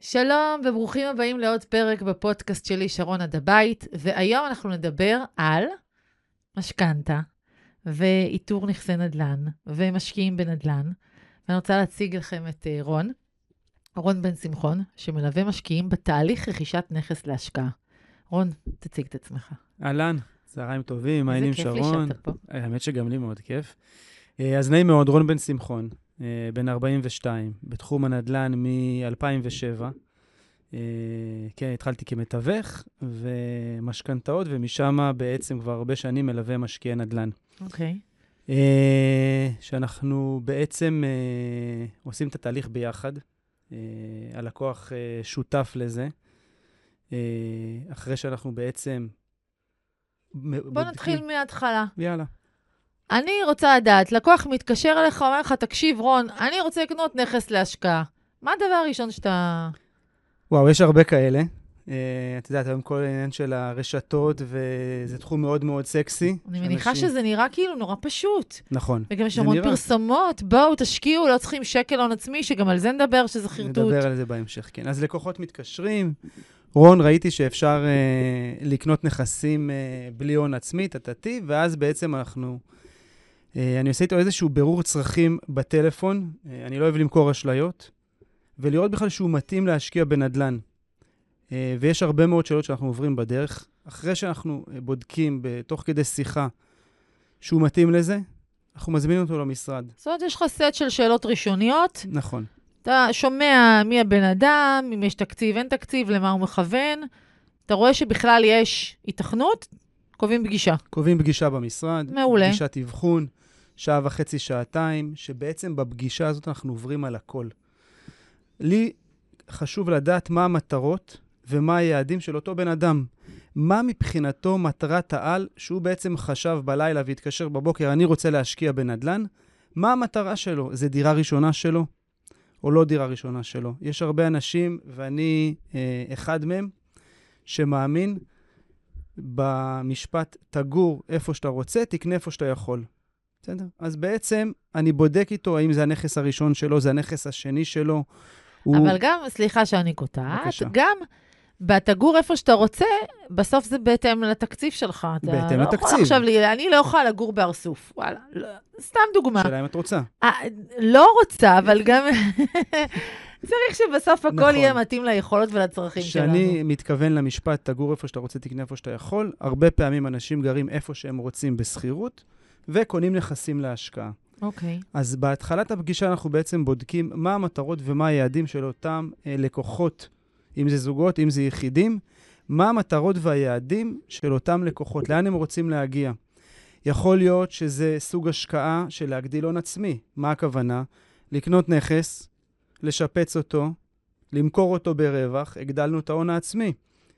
שלום וברוכים הבאים לעוד פרק בפודקאסט שלי, שרון עד הבית, והיום אנחנו נדבר על משכנתה ואיתור נכסי נדל"ן ומשקיעים בנדל"ן. ואני רוצה להציג לכם את רון בן שמחון, שמלווה משקיעים בתהליך רכישת נכס להשקעה. רון, תציג את עצמך. אהלן, צהריים טובים, מעניינים שרון. איזה כיף לי שאתה פה. האמת שגם לי מאוד כיף. אז נעים מאוד, רון בן שמחון, בן 42, בתחום הנדל"ן מ-2007. כן, התחלתי כמתווך ומשכנתאות, ומשם בעצם כבר הרבה שנים מלווה משקיעי נדל"ן. אוקיי. שאנחנו בעצם עושים את התהליך ביחד. הלקוח שותף לזה. אחרי שאנחנו בעצם... בוא נתחיל מההתחלה. יאללה. אני רוצה לדעת, לקוח מתקשר אליך, אומר לך, תקשיב רון, אני רוצה לקנות נכס להשקעה. מה הדבר הראשון שאתה... וואו, יש הרבה כאלה. את יודעת, היום כל העניין של הרשתות, וזה תחום מאוד מאוד סקסי. אני מניחה שזה נראה כאילו נורא פשוט. נכון. וגם יש המון פרסומות, בואו, תשקיעו, לא צריכים שקל הון עצמי, שגם על זה נדבר שזה חרטוט. נדבר על זה בהמשך, כן. אז לקוחות מתקשרים. רון, ראיתי שאפשר לקנות נכסים בלי הון עצמי, תתתי, ואז בעצם אני עושה איתו איזשהו בירור צרכים בטלפון, אני לא אוהב למכור אשליות, ולראות בכלל שהוא מתאים להשקיע בנדל"ן. ויש הרבה מאוד שאלות שאנחנו עוברים בדרך. אחרי שאנחנו בודקים בתוך כדי שיחה שהוא מתאים לזה, אנחנו מזמינים אותו למשרד. זאת אומרת, יש לך סט של שאלות ראשוניות. נכון. אתה שומע מי הבן אדם, אם יש תקציב, אין תקציב, למה הוא מכוון. אתה רואה שבכלל יש התכנות, קובעים פגישה. קובעים פגישה במשרד. מעולה. פגישת אבחון, שעה וחצי, שעתיים, שבעצם בפגישה הזאת אנחנו עוברים על הכל. לי חשוב לדעת מה המטרות ומה היעדים של אותו בן אדם. מה מבחינתו מטרת העל שהוא בעצם חשב בלילה והתקשר בבוקר, אני רוצה להשקיע בנדל"ן. מה המטרה שלו? זה דירה ראשונה שלו או לא דירה ראשונה שלו? יש הרבה אנשים, ואני אחד מהם, שמאמין במשפט, תגור איפה שאתה רוצה, תקנה איפה שאתה יכול. בסדר? אז בעצם אני בודק איתו האם זה הנכס הראשון שלו, זה הנכס השני שלו. אבל גם, סליחה שאני קוטעת, גם בתגור איפה שאתה רוצה, בסוף זה בהתאם לתקציב שלך. בהתאם לתקציב. עכשיו, אני לא יכולה לגור בארסוף. וואלה, סתם דוגמה. שאלה אם את רוצה. לא רוצה, אבל גם צריך שבסוף הכל יהיה מתאים ליכולות ולצרכים שלנו. שאני מתכוון למשפט, תגור איפה שאתה רוצה, תקנה איפה שאתה יכול. הרבה פעמים אנשים גרים איפה שהם רוצים בסחירות, וקונים נכסים להשקעה. אוקיי. אז בהתחלת הפגישה אנחנו בעצם בודקים מה המטרות ומה היעדים של אותם לקוחות, אם זה זוגות, אם זה יחידים, מה המטרות והיעדים של אותם לקוחות, לאן הם רוצים להגיע. יכול להיות שזה סוג השקעה של להגדיל הון עצמי. מה הכוונה? לקנות נכס, לשפץ אותו, למכור אותו ברווח, הגדלנו את ההון העצמי.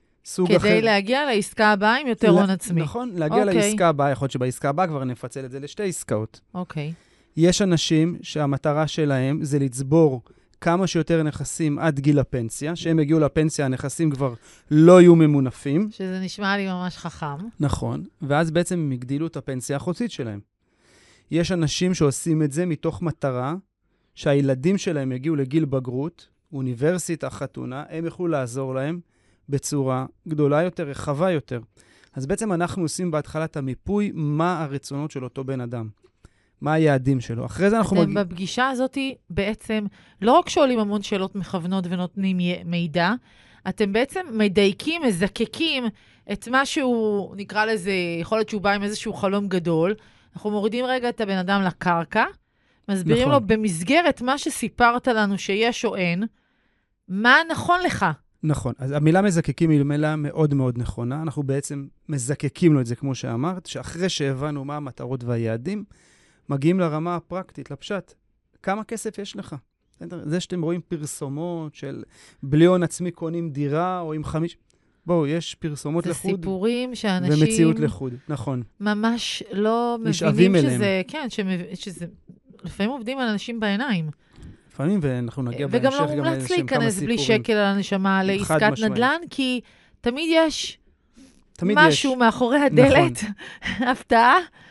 כדי להגיע לעסקה הבאה עם יותר הון עצמי. נכון, להגיע לעסקה הבאה, יכול להיות שבעסקה הבאה כבר נפצל את זה לשתי עסקאות. אוקיי. יש אנשים שהמטרה שלהם זה לצבור כמה שיותר נכסים עד גיל הפנסיה, שהם הגיעו לפנסיה, הנכסים כבר לא יהיו ממונפים. שזה נשמע לי ממש חכם. נכון, ואז בעצם הם הגדילו את הפנסיה החודשית שלהם. יש אנשים שעושים את זה מתוך מטרה שהילדים שלהם יגיעו לגיל בגרות, אוניברסיטה, חתונה, הם יוכלו לעזור להם בצורה גדולה יותר, רחבה יותר. אז בעצם אנחנו עושים בהתחלת המיפוי מה הרצונות של אותו בן אדם. מה היעדים שלו. אחרי זה אנחנו... בפגישה הזאת בעצם, לא רק שואלים המון שאלות מכוונות ונותנים מידע, אתם בעצם מדייקים, מזקקים את מה שהוא, נקרא לזה, יכול להיות שהוא בא עם איזשהו חלום גדול, אנחנו מורידים רגע את הבן אדם לקרקע, מסבירים לו במסגרת מה שסיפרת לנו שיש או אין, מה נכון לך. נכון. אז המילה מזקקים היא מילה מאוד מאוד נכונה. אנחנו בעצם מזקקים לו את זה, כמו שאמרת, שאחרי שהבנו מה המטרות והיעדים, מגיעים לרמה הפרקטית, לפשט. כמה כסף יש לך? זה שאתם רואים פרסומות של בלי הון עצמי קונים דירה, או עם 5... בואו, יש פרסומות לחוד. זה סיפורים שאנשים... ומציאות לחוד, נכון. ממש לא מבינים שזה... כן, שזה... לפעמים עובדים על אנשים בעיניים. לפעמים, ואנחנו נגיע בהמשך גם וגם לא מומלץ להיכנס בלי שקל על הנשמה לעסקת נדל"ן, כי תמיד יש משהו מאחורי הדלת, הפתעה.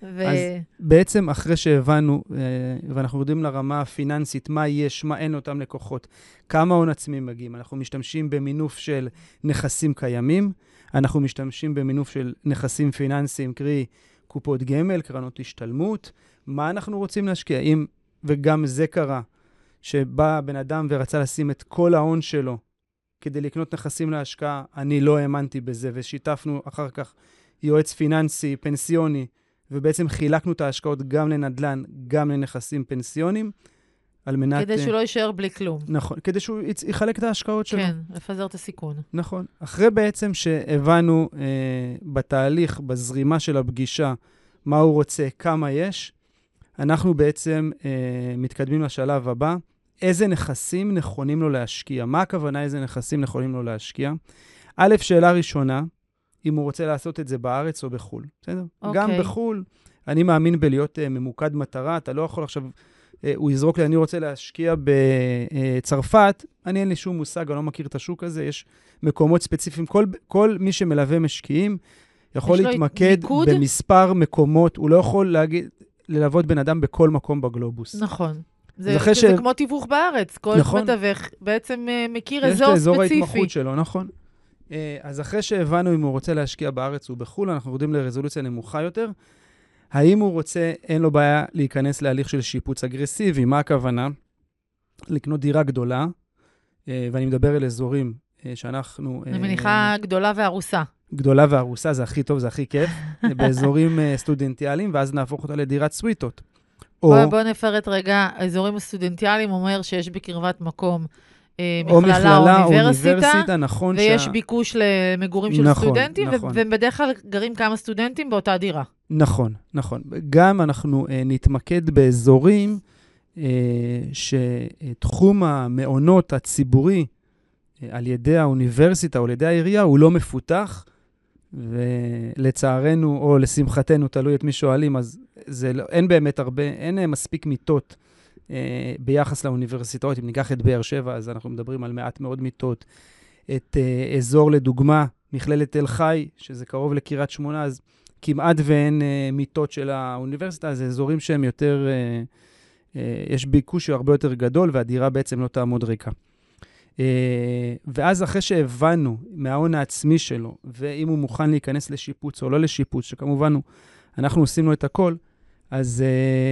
אז בעצם אחרי שהבנו, ואנחנו יודעים לרמה הפיננסית, מה יש, מה אין אותם לקוחות, כמה הון עצמי מגיעים, אנחנו משתמשים במינוף של נכסים קיימים, אנחנו משתמשים במינוף של נכסים פיננסיים, קרי קופות גמל, קרנות השתלמות, מה אנחנו רוצים להשקיע, וגם זה קרה, שבא בן אדם ורצה לשים את כל ההון שלו, כדי לקנות נכסים להשקעה, אני לא האמנתי בזה, ושיתפנו אחר כך יועץ פיננסי, פנסיוני, ובעצם חילקנו את ההשקעות גם לנדלן, גם לנכסים פנסיונים, על מנת... כדי שהוא לא יישאר בלי כלום. נכון, כדי שהוא יחלק את ההשקעות שלו. כן, לפזר את הסיכון. נכון. אחרי בעצם שהבנו בתהליך, בזרימה של הפגישה, מה הוא רוצה, כמה יש, אנחנו בעצם מתקדמים לשלב הבא, איזה נכסים נכונים לו להשקיע. מה הכוונה איזה נכסים נכונים לו להשקיע? א', שאלה ראשונה, אם הוא רוצה לעשות את זה בארץ או בחול. בסדר? אוקיי. גם בחול, אני מאמין בלהיות ממוקד מטרה, אתה לא יכול עכשיו, הוא יזרוק לי, אני רוצה להשקיע בצרפת, אין לי שום מושג, אני לא מכיר את השוק הזה, יש מקומות ספציפיים, כל מי שמלווה משקיעים, יכול להתמקד במספר מקומות, הוא לא יכול ללוות בן אדם בכל מקום בגלובוס. נכון. זה כמו תיווך בארץ, כל מתווך בעצם מכיר אזור ספציפי. יש את אזור ההתמחות שלו, נכון. אז אחרי שהבנו אם הוא רוצה להשקיע בארץ או בחול, אנחנו יורדים לרזולוציה נמוכה יותר. האם הוא רוצה, אין לו בעיה להיכנס להליך של שיפוץ אגרסיבי. מה הכוונה? לקנות דירה גדולה, ואני מדבר על אזורים שאנחנו... אני מניחה גדולה והרוסה. גדולה והרוסה, זה הכי טוב, זה הכי כיף, באזורים סטודנטיאליים, ואז נהפוך אותה לדירת סוויטות. בוא נפרט רגע, האזורים הסטודנטיאליים אומר שיש בקרבת מקום מכללה או אוניברסיטה, נכון, ויש ביקוש למגורים של סטודנטים, ובדרך כלל גרים כמה סטודנטים באותה דירה. נכון, נכון. גם אנחנו נתמקד באזורים שתחום המעונות הציבורי על ידי האוניברסיטה או על ידי העירייה הוא לא מפותח, ולצערנו או לשמחתנו, תלוי את מי שואלים, אז אין באמת הרבה, אין מספיק מיטות ביחס לאוניברסיטאות. אם ניקח את באר שבע, אז אנחנו מדברים על מעט מאוד מיטות. את אזור לדוגמה, מכללת תל חי, שזה קרוב לקריית שמונה, אז כמעט ואין מיטות של האוניברסיטה, אז זה אזורים שהם יותר, יש ביקוש הרבה יותר גדול, והדירה בעצם לא תעמוד ריקה. ואז אחרי שהבנו מההון העצמי שלו, ואם הוא מוכן להיכנס לשיפוץ או לא לשיפוץ, שכמובן אנחנו עושים לו את הכל, אז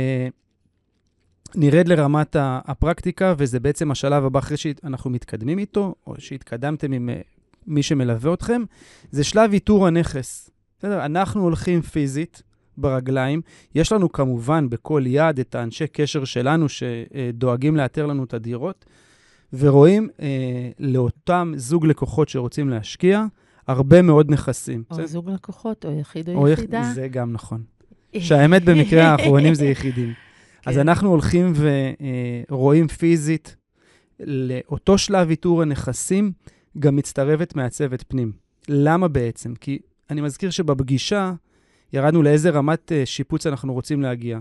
נרד לרמת הפרקטיקה, וזה בעצם השלב הבא אחרי שאנחנו מתקדמים איתו, או שהתקדמתם עם מי שמלווה אתכם, זה שלב איתור הנכס. בסדר? אנחנו הולכים פיזית ברגליים, יש לנו כמובן בכל יד את האנשי קשר שלנו שדואגים לאתר לנו את הדירות, ורואים לאותם זוג לקוחות שרוצים להשקיע, הרבה מאוד נכסים. או זוג לקוחות, או יחיד או יחידה. זה גם נכון. שהאמת במקרה האחרונים זה יחידים. אז אנחנו הולכים ורואים פיזית, לאותו שלב איתור הנכסים, גם מצטרפת מעצבת פנים. למה בעצם? כי אני מזכיר שבפגישה, ירדנו לאיזה רמת שיפוץ אנחנו רוצים להגיע.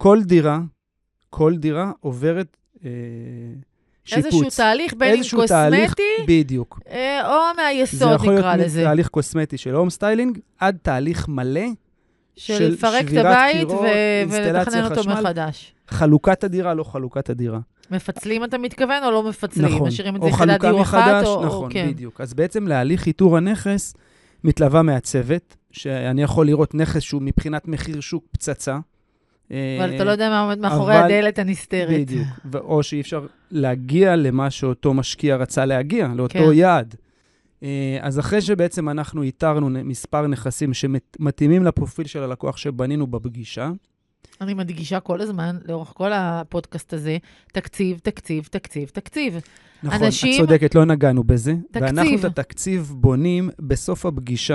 כל דירה עוברת שיפוץ. איזשהו תהליך בין אם קוסמטי, בדיוק. או מהיסוד נקרא לזה. זה יכול להיות תהליך קוסמטי של הום סטיילינג, עד תהליך מלא של לפרק את הבית ולתכנן אותו מחדש. חלוקת הדירה, לא חלוקת הדירה. מפצלים אתה מתכוון או לא מפצלים? נכון. משאירים את זה יחידת דיור אחת או... נכון, בדיוק. אז בעצם להליך איתור הנכס מתלווה מעצבת, שאני יכול לראות נכס שהוא מבחינת מחיר שוק פצצה. אבל אתה לא יודע מה עומד מאחורי הדלת הנסתרת. בדיוק. או שאי אפשר להגיע למה שאותו משקיע רצה להגיע, לאותו יעד. אז אחרי שבעצם אנחנו איתרנו מספר נכסים שמתאימים לפרופיל של הלקוח שבנינו בפגישה. אני מדגישה כל הזמן, לאורך כל הפודקאסט הזה, תקציב, תקציב, תקציב, תקציב. נכון, את צודקת, לא נגענו בזה. תקציב. ואנחנו את התקציב בונים בסוף הפגישה,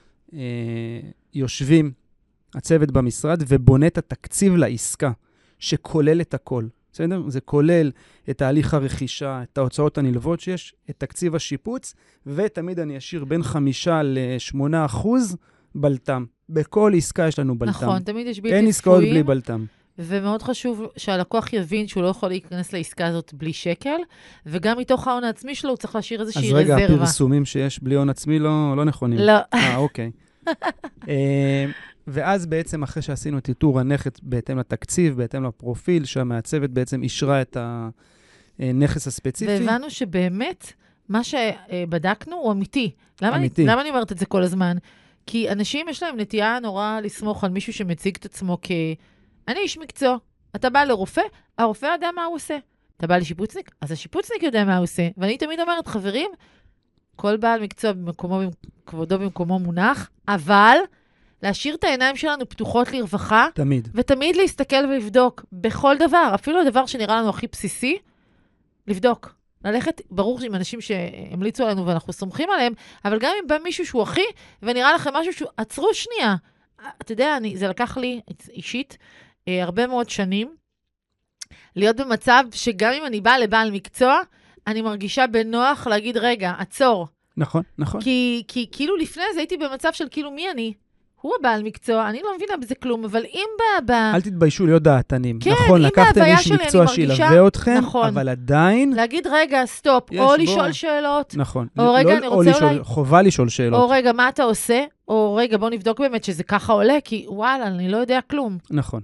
יושבים הצוות במשרד ובונה את התקציב לעסקה, שכולל את הכל. בסדר? זה כולל את תהליך הרכישה, את ההוצאות הנלוות שיש, את תקציב השיפוץ, ותמיד אני אשאיר בין 5-8% בלתם. בכל עסקה יש לנו בלתם. נכון, תמיד יש בלתי צפויים. אין עסקאות בלי בלתם. ומאוד חשוב שהלקוח יבין שהוא לא יכול להיכנס לעסקה הזאת בלי שקל, וגם מתוך ההון העצמי שלו הוא צריך להשאיר איזושהי רזרבה. אז רגע, הפרסומים שיש בלי הון עצמי לא נכונים. לא. אוקיי. ואז בעצם אחרי שעשינו את איתור הנכס בהתאם לתקציב, בהתאם לפרופיל, שהמעצבת בעצם אישרה את הנכס הספציפי. והבנו שבאמת מה שבדקנו הוא אמיתי. אמיתי. למה אני אומרת את זה כל הזמן? כי אנשים יש להם נטייה נורא לסמוך על מישהו שמציג את עצמו אני איש מקצוע. אתה בא לרופא, הרופא יודע מה הוא עושה. אתה בא לשיפוצניק, אז השיפוצניק יודע מה הוא עושה. ואני תמיד אומרת, חברים, כל בעל מקצוע כבודו במקומו מונח, אבל להשאיר את העיניים שלנו פתוחות לרווחה, תמיד. ותמיד להסתכל ולבדוק בכל דבר, אפילו הדבר שנראה לנו הכי בסיסי, לבדוק. ללכת, ברור עם אנשים שהמליצו עלינו ואנחנו סומכים עליהם, אבל גם אם בא מישהו שהוא הכי, ונראה לכם משהו שהוא, עצרו שנייה. אתה יודע, זה לקח לי אישית הרבה מאוד שנים, להיות במצב שגם אם אני באה לבעל מקצוע, אני מרגישה בנוח להגיד, רגע, עצור. נכון, נכון. כי כאילו לפני זה הייתי במצב של כאילו מי אני? הוא הבעל מקצוע, אני לא מבינה בזה כלום, אבל אם אל תתביישו להיות דעתנים. כן, נכון, לקחתם איש מקצוע שילווה אתכם, נכון. אבל עדיין... להגיד, רגע, סטופ, או לשאול שאלות. נכון. או רגע, אני רוצה אולי... חובה לשאול שאלות. או רגע, מה אתה עושה? או רגע, בוא נבדוק באמת שזה ככה עולה, כי וואלה, אני לא יודע כלום. נכון.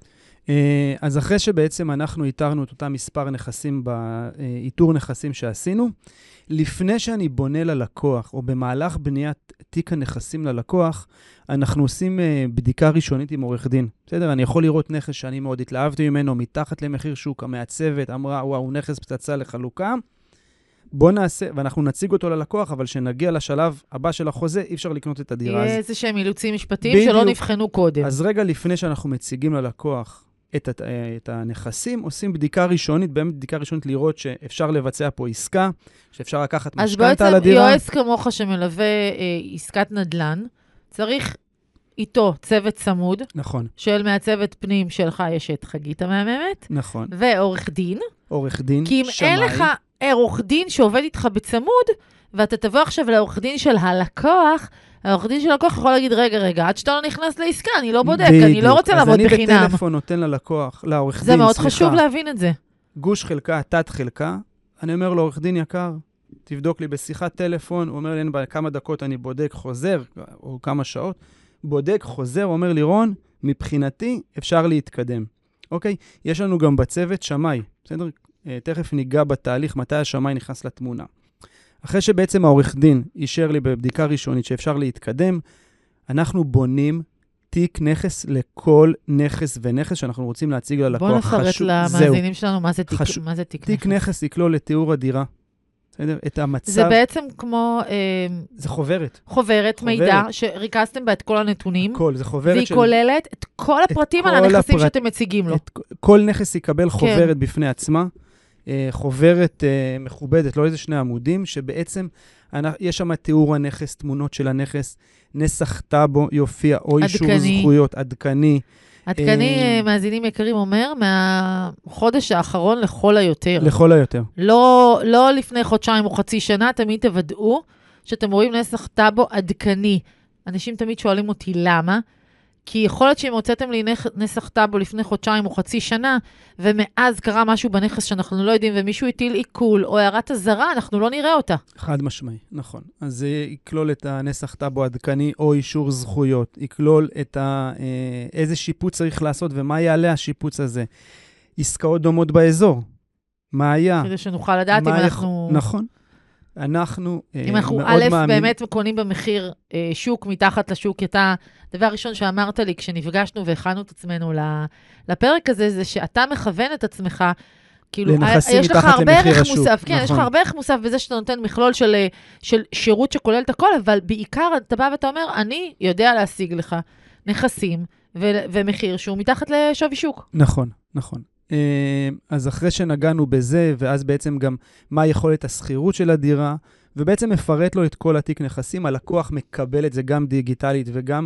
אז אחרי שבעצם אנחנו איתרנו את אותם מספר נכסים באיתור נכסים שעשינו, לפני שאני בונה ללקוח, או במהלך בניית תיק הנכסים ללקוח, אנחנו עושים בדיקה ראשונית עם עורך דין. בסדר? אני יכול לראות נכס שאני מאוד התלהבתי ממנו, מתחת למחיר שוק, המעצבת אמרה, וואו, נכס פצצה לחלוקה. בוא נעשה, ואנחנו נציג אותו ללקוח, אבל שנגיע לשלב הבא של החוזה, אי אפשר לקנות את הדירה. יהיה איזה שהם אילוצים משפטיים שלא נבחנו קודם. אז רגע לפני שאנחנו מציגים ללקוח את הנכסים, עושים בדיקה ראשונית, באמת בדיקה ראשונית לראות שאפשר לבצע פה עסקה, שאפשר לקחת משכנתה על הדירה. אז בעצם יועץ כמוך שמלווה עסקת נדל"ן, צריך איתו צוות צמוד, נכון. של מעצבת פנים שלך יש את חגית המהממת, נכון. ועורך דין. עורך דין, כי אם אין לך עורך דין שעובד איתך בצמוד, ואתה תבוא עכשיו לעורך דין של הלקוח, העורך דין של הלקוח יכול להגיד, רגע, עד שאתה לא נכנס לעסקה, אני לא בודק, אני לא רוצה לעבוד בחינם. אז אני בטלפון נותן ללקוח, לעורך דין, זה מאוד חשוב להבין את זה. גוש חלקה, תת חלקה, אני אומר לו, עורך דין יקר, תבדוק לי בשיחת טלפון, הוא אומר לי, כמה דקות אני בודק, חוזר, או כמה שעות, בודק, חוזר, הוא אומר לי, רון, מבחינתי אפשר להתקדם. אוקיי? יש לנו גם בצוות שמאי, בסדר? תכף ניגע בתהליך, מתי השמאי נכנס לתמונה. אחרי שבעצם העורך דין אישר לי בבדיקה ראשונית שאפשר להתקדם, אנחנו בונים תיק נכס לכל נכס ונכס שאנחנו רוצים להציג ללקוח. בוא נפרט למאזינים שלנו מה זה תיק נכס. תיק נכס יכלול לתיאור הדירה. בסדר? את המצב... זה בעצם כמו... זה חוברת. חוברת מידע שריכזתם בה את כל הנתונים. הכל, זה חוברת והיא כוללת את כל הפרטים על הנכסים שאתם מציגים לו. כל נכס יקבל חוברת בפני עצמה. חוברת מכובדת, לא איזה 2 עמודים, שבעצם יש שם תיאור הנכס, תמונות של הנכס, נסח טאבו, יופיע, או אישור זכויות, עדכני. עדכני, מאזינים יקרים אומר, מהחודש האחרון לכל היותר. לכל היותר. לא לפני חודשיים או חצי שנה, תמיד תוודאו שאתם רואים נסח טאבו עדכני. אנשים תמיד שואלים אותי למה, כי יכול להיות שאם הוצאתם לי נסח טאבו לפני חודשיים או חצי שנה, ומאז קרה משהו בנכס שאנחנו לא יודעים, ומישהו הטיל עיכול או הערת הזרה, אנחנו לא נראה אותה. חד משמעי, נכון. אז זה יכלול את הנסח טאבו עדכני או אישור זכויות, יכלול את איזה שיפוץ צריך לעשות ומה יעלה השיפוץ הזה. עסקאות דומות באזור. מה היה? כדי שנוכל לדעת אם אנחנו... נכון. אנחנו אם אנחנו א' באמת קונים במחיר שוק מתחת לשוק, כי אתה, דבר ראשון שאמרת לי כשנפגשנו והכנו את עצמנו לפרק הזה, זה שאתה מכוון את עצמך, כאילו, יש לך הרבה ערך מוסף, כן, יש לך הרבה ערך מוסף בזה שאתה נותן מכלול של שירות שכולל את הכל, אבל בעיקר אתה בא ואתה אומר, אני יודע להשיג לך נכסים ומחיר שהוא מתחת לשווי שוק. נכון, נכון. אז אחרי שנגענו בזה, ואז בעצם גם מה יכולת הסחירות של הדירה, ובעצם מפרט לו את כל התיק נכסים, הלקוח מקבל את זה גם דיגיטלית וגם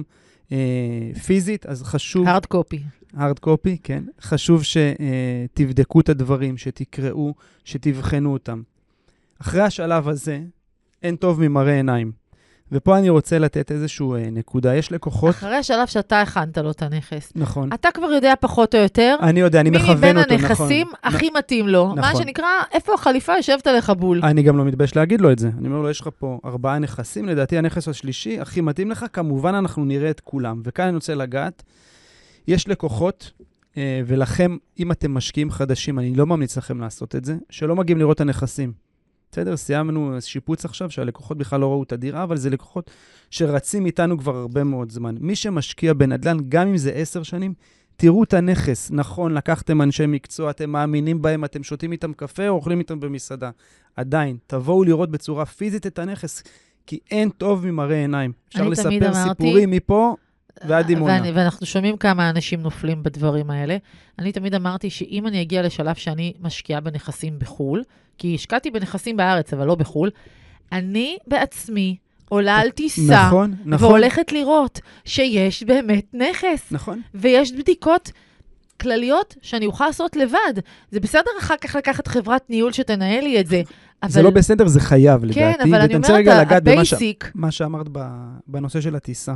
פיזית, אז חשוב... hard copy. hard copy, כן. חשוב שתבדקו את הדברים, שתקראו, שתבחנו אותם. אחרי השלב הזה, אין טוב ממראה עיניים. ופה אני רוצה לתת איזשהו נקודה. יש לקוחות... אחרי השלב שאתה הכנת לו את הנכס. נכון. אתה כבר יודע פחות או יותר. אני יודע, אני מכוון אותו, נכון. מי מבין הנכסים הכי מתאים לו. נכון. מה שנקרא, איפה החליפה יושבת לך בול. אני גם לא מתבייש להגיד לו את זה. אני אומר לו, יש לך פה 4 נכסים, לדעתי הנכס השלישי הכי מתאים לך, כמובן אנחנו נראה את כולם. וכאן אני רוצה לגעת, יש לקוחות, ולכם, אם אתם משקיעים חדשים, אני לא ממליץ לכם לעשות את זה, שלא מגיעים לראות את הנכסים. בסדר, סיימנו שיפוץ עכשיו, שהלקוחות בכלל לא ראו את הדירה, אבל זה לקוחות שרצים איתנו כבר הרבה מאוד זמן. מי שמשקיע בנדל"ן, גם אם זה 10 שנים, תראו את הנכס. נכון, לקחתם אנשי מקצוע, אתם מאמינים בהם, אתם שותים איתם קפה או אוכלים איתם במסעדה. עדיין, תבואו לראות בצורה פיזית את הנכס, כי אין טוב ממראה עיניים. אפשר לספר סיפורים מפה ועד דימונה. ואנחנו שומעים כמה אנשים נופלים בדברים האלה. אני תמיד אמרתי שאם אני אגיע לשלב שאני משקיעה בנכסים בחול, כי השקעתי בנכסים בארץ, אבל לא בחול, אני בעצמי עולה על טיסה, נכון. והולכת לראות שיש באמת נכס. נכון. ויש בדיקות כלליות שאני אוכל לעשות לבד. זה בסדר אחר כך לקחת חברת ניהול שתנהל לי את זה. זה לא בסדר, זה חייב לדעתי. כן, אבל אני אומרת, הבייסיק. מה שאמרת בנושא של הטיסה.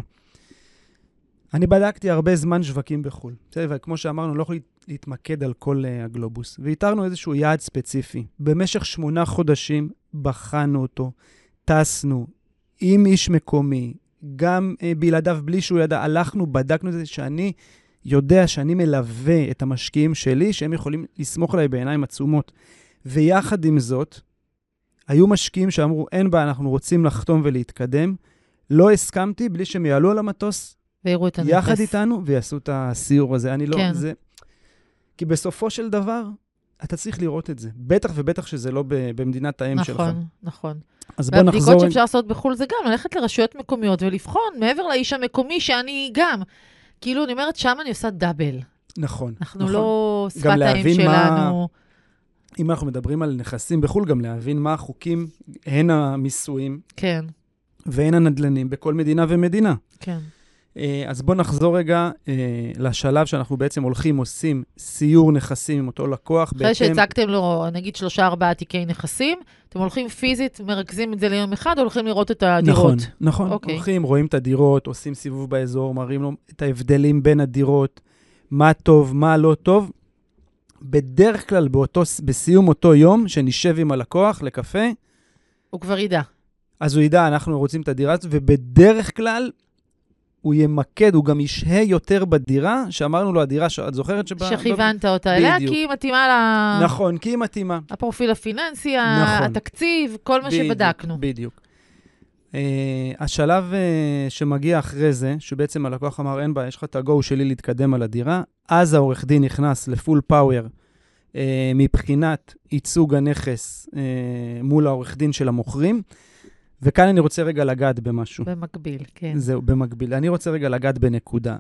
אני בדקתי הרבה זמן שווקים בחול. וכמו שאמרנו, לא יכול להתמקד על כל הגלובוס. והתארנו איזשהו יעד ספציפי. במשך 8 חודשים בחנו אותו, טסנו עם איש מקומי, גם בלעדיו בלי שהוא ידע, הלכנו, בדקנו את זה שאני יודע שאני מלווה את המשקיעים שלי, שהם יכולים לסמוך עליי בעיניים עצומות. ויחד עם זאת, היו משקיעים שאמרו, אין בה, אנחנו רוצים לחתום ולהתקדם. לא הסכמתי בלי שהם יעלו על המטוס, יחד איתנו, ויעשו את הסיור הזה. אני לא, כן. זה... כי בסופו של דבר, אתה צריך לראות את זה. בטח ובטח שזה לא במדינת האם שלך. נכון, נכון. אז בוא נחזור... והבדיקות שאפשר לעשות בחול זה גם ללכת לרשויות מקומיות ולבחון מעבר לאיש המקומי שאני גם. כאילו, אני אומרת, שם אני עושה דאבל. נכון. אנחנו לא שפת האם שלנו. אם אנחנו מדברים על נכסים בחול, גם להבין מה החוקים, הן המיסויים, כן. והן הנדלנים בכל מדינה ומדינה. כן. אז בוא נחזור רגע לשלב שאנחנו בעצם הולכים, עושים סיור נכסים עם אותו לקוח. אחרי שהצגתם לו, נגיד 3-4 תיקי נכסים, אתם הולכים פיזית, מרכזים את זה ליום אחד, הולכים לראות את הדירות. נכון. הולכים, רואים את הדירות, עושים סיבוב באזור, מראים לו את ההבדלים בין הדירות, מה טוב, מה לא טוב. בדרך כלל, בסיום אותו יום, שנשב עם הלקוח לקפה, הוא כבר ידע. אז הוא ידע, אנחנו רוצים את הדירה הזאת, ובדרך כלל, הוא ימקד, הוא גם ישהה יותר בדירה, שאמרנו לו, הדירה שאת זוכרת שכיוונת אותה אליה, כי היא מתאימה נכון, כי היא מתאימה. הפרופיל הפיננסי, נכון. התקציב, כל מה שבדקנו. בדיוק. השלב שמגיע אחרי זה, שבעצם הלקוח אמר, אין בה, יש לך את הגו שלי להתקדם על הדירה, אז העורך דין נכנס לפול פאוור, מבחינת ייצוג הנכס מול העורך דין של המוכרים, וכאן אני רוצה רגע לגעת במשהו. במקביל, כן. זהו, במקביל. אני רוצה רגע לגעת בנקודה.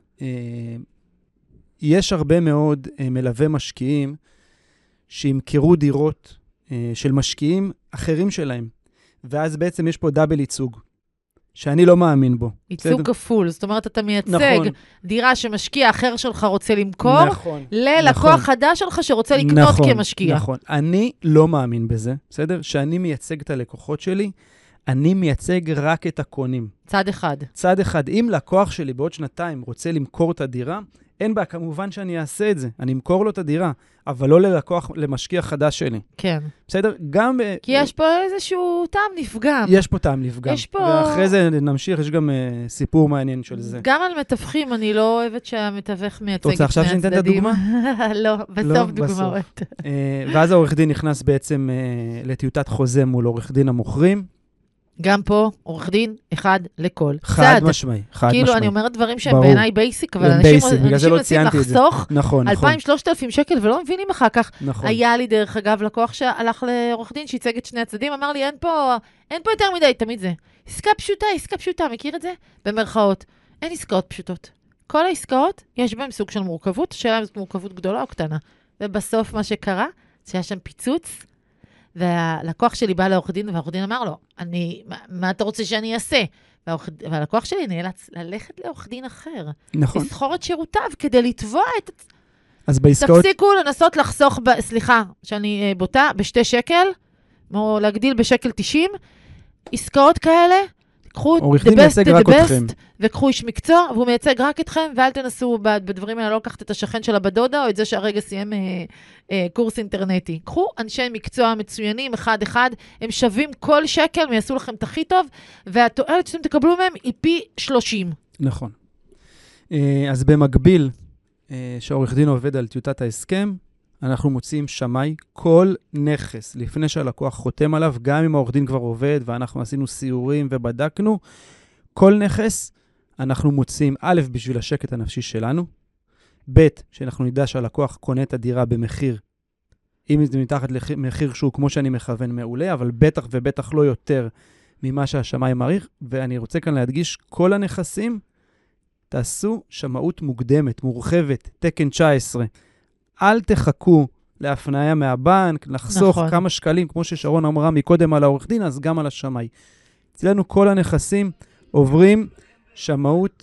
יש הרבה מאוד מלווה משקיעים שימכרו דירות של משקיעים אחרים שלהם, ואז בעצם יש פה דאבל ייצוג, שאני לא מאמין בו. ייצוג כפול, זאת אומרת, אתה מייצג דירה שמשקיע אחר שלך רוצה למכור, ללקוח חדש שלך שרוצה לקנות כמשקיע. נכון, אני לא מאמין בזה, בסדר? שאני מייצג את הלקוחות שלי, אני מייצג רק את הקונים. צד אחד. צד אחד. אם לקוח שלי בעוד 2 רוצה למכור את הדירה, אין בה, כמובן שאני אעשה את זה. אני אמכור לו את הדירה, אבל לא ללקוח, למשקיע חדש שלי. כן. בסדר? גם... כי יש פה איזשהו טעם נפגם. יש פה טעם נפגם. יש פה... ואחרי זה נמשיך, יש גם סיפור מעניין של זה. גם על מתווכים, אני לא אוהבת שהמתווך מייצג את רוצה עכשיו שניתן את הדוגמה? לא, בסוף דוגמאות. ואז העורך דין נכנס בעצם לטיוטת חוזה מול עורך דין המוכרים. גם פה, עורך דין, אחד לכל צד. חד משמעי, חד משמעי. כאילו, אני אומרת דברים שהם בעיניי בייסיק, אבל אנשים מנסים לחסוך 2,000-3,000 שקל, ולא מבינים אחר כך. היה לי דרך אגב לקוח שהלך לעורך דין, שייצג את שני הצדדים, אמר לי, אין פה יותר מדי, תמיד זה. עסקה פשוטה, מכיר את זה? במרכאות. אין עסקאות פשוטות. כל העסקאות, יש בהן סוג של מורכבות, השאלה אם זאת מורכבות גדולה או קטנה. ובסוף מה שקרה, שהיה שם פיצוץ, והלקוח שלי בא לעורך דין, והעורך דין אמר לו, מה אתה רוצה שאני אעשה? והלקוח שלי נאלץ ללכת לעורך דין אחר. נכון. לסחור את שירותיו כדי לתבוע את... אז בעסקאות... תפסיקו לנסות לחסוך, סליחה, שאני בוטה, ב2 שקל, או להגדיל ב1.90 שקל, עסקאות כאלה, קחו עורך the דין best מייצג to רק the אתכם. best, וקחו איש מקצוע, והוא מייצג רק אתכם, ואל תנסו בדברים האלה לא לקחת את השכן של הבדודה, או את זה שהרגע סיים קורס אינטרנטי. קחו אנשי מקצוע מצוינים, אחד, הם שווים כל שקל, הם יעשו לכם את הכי טוב, והתועלת שאתם תקבלו מהם היא פי 30. נכון. אז במקביל, שהעורך דין עובד על טיוטת ההסכם, אנחנו מוצאים שמאי כל נכס, לפני שהלקוח חותם עליו, גם אם העורך דין כבר עובד, ואנחנו עשינו סיורים ובדקנו, כל נכס אנחנו מוצאים, א', בשביל השקט הנפשי שלנו, ב', שאנחנו נדע שהלקוח קונה את הדירה במחיר, אם זה מתחת למחיר שהוא כמו שאני מכוון מעולה, אבל בטח ובטח לא יותר ממה שהשמאי מעריך, ואני רוצה כאן להדגיש, כל הנכסים תעשו שמאות מוקדמת, מורחבת, תקן 19. אל תחכו להפניה מהבנק, לחסוך נכון. כמה שקלים, כמו ששרון אמרה מקודם על העורך דין, אז גם על השמאי. אצלנו כל הנכסים עוברים שמאות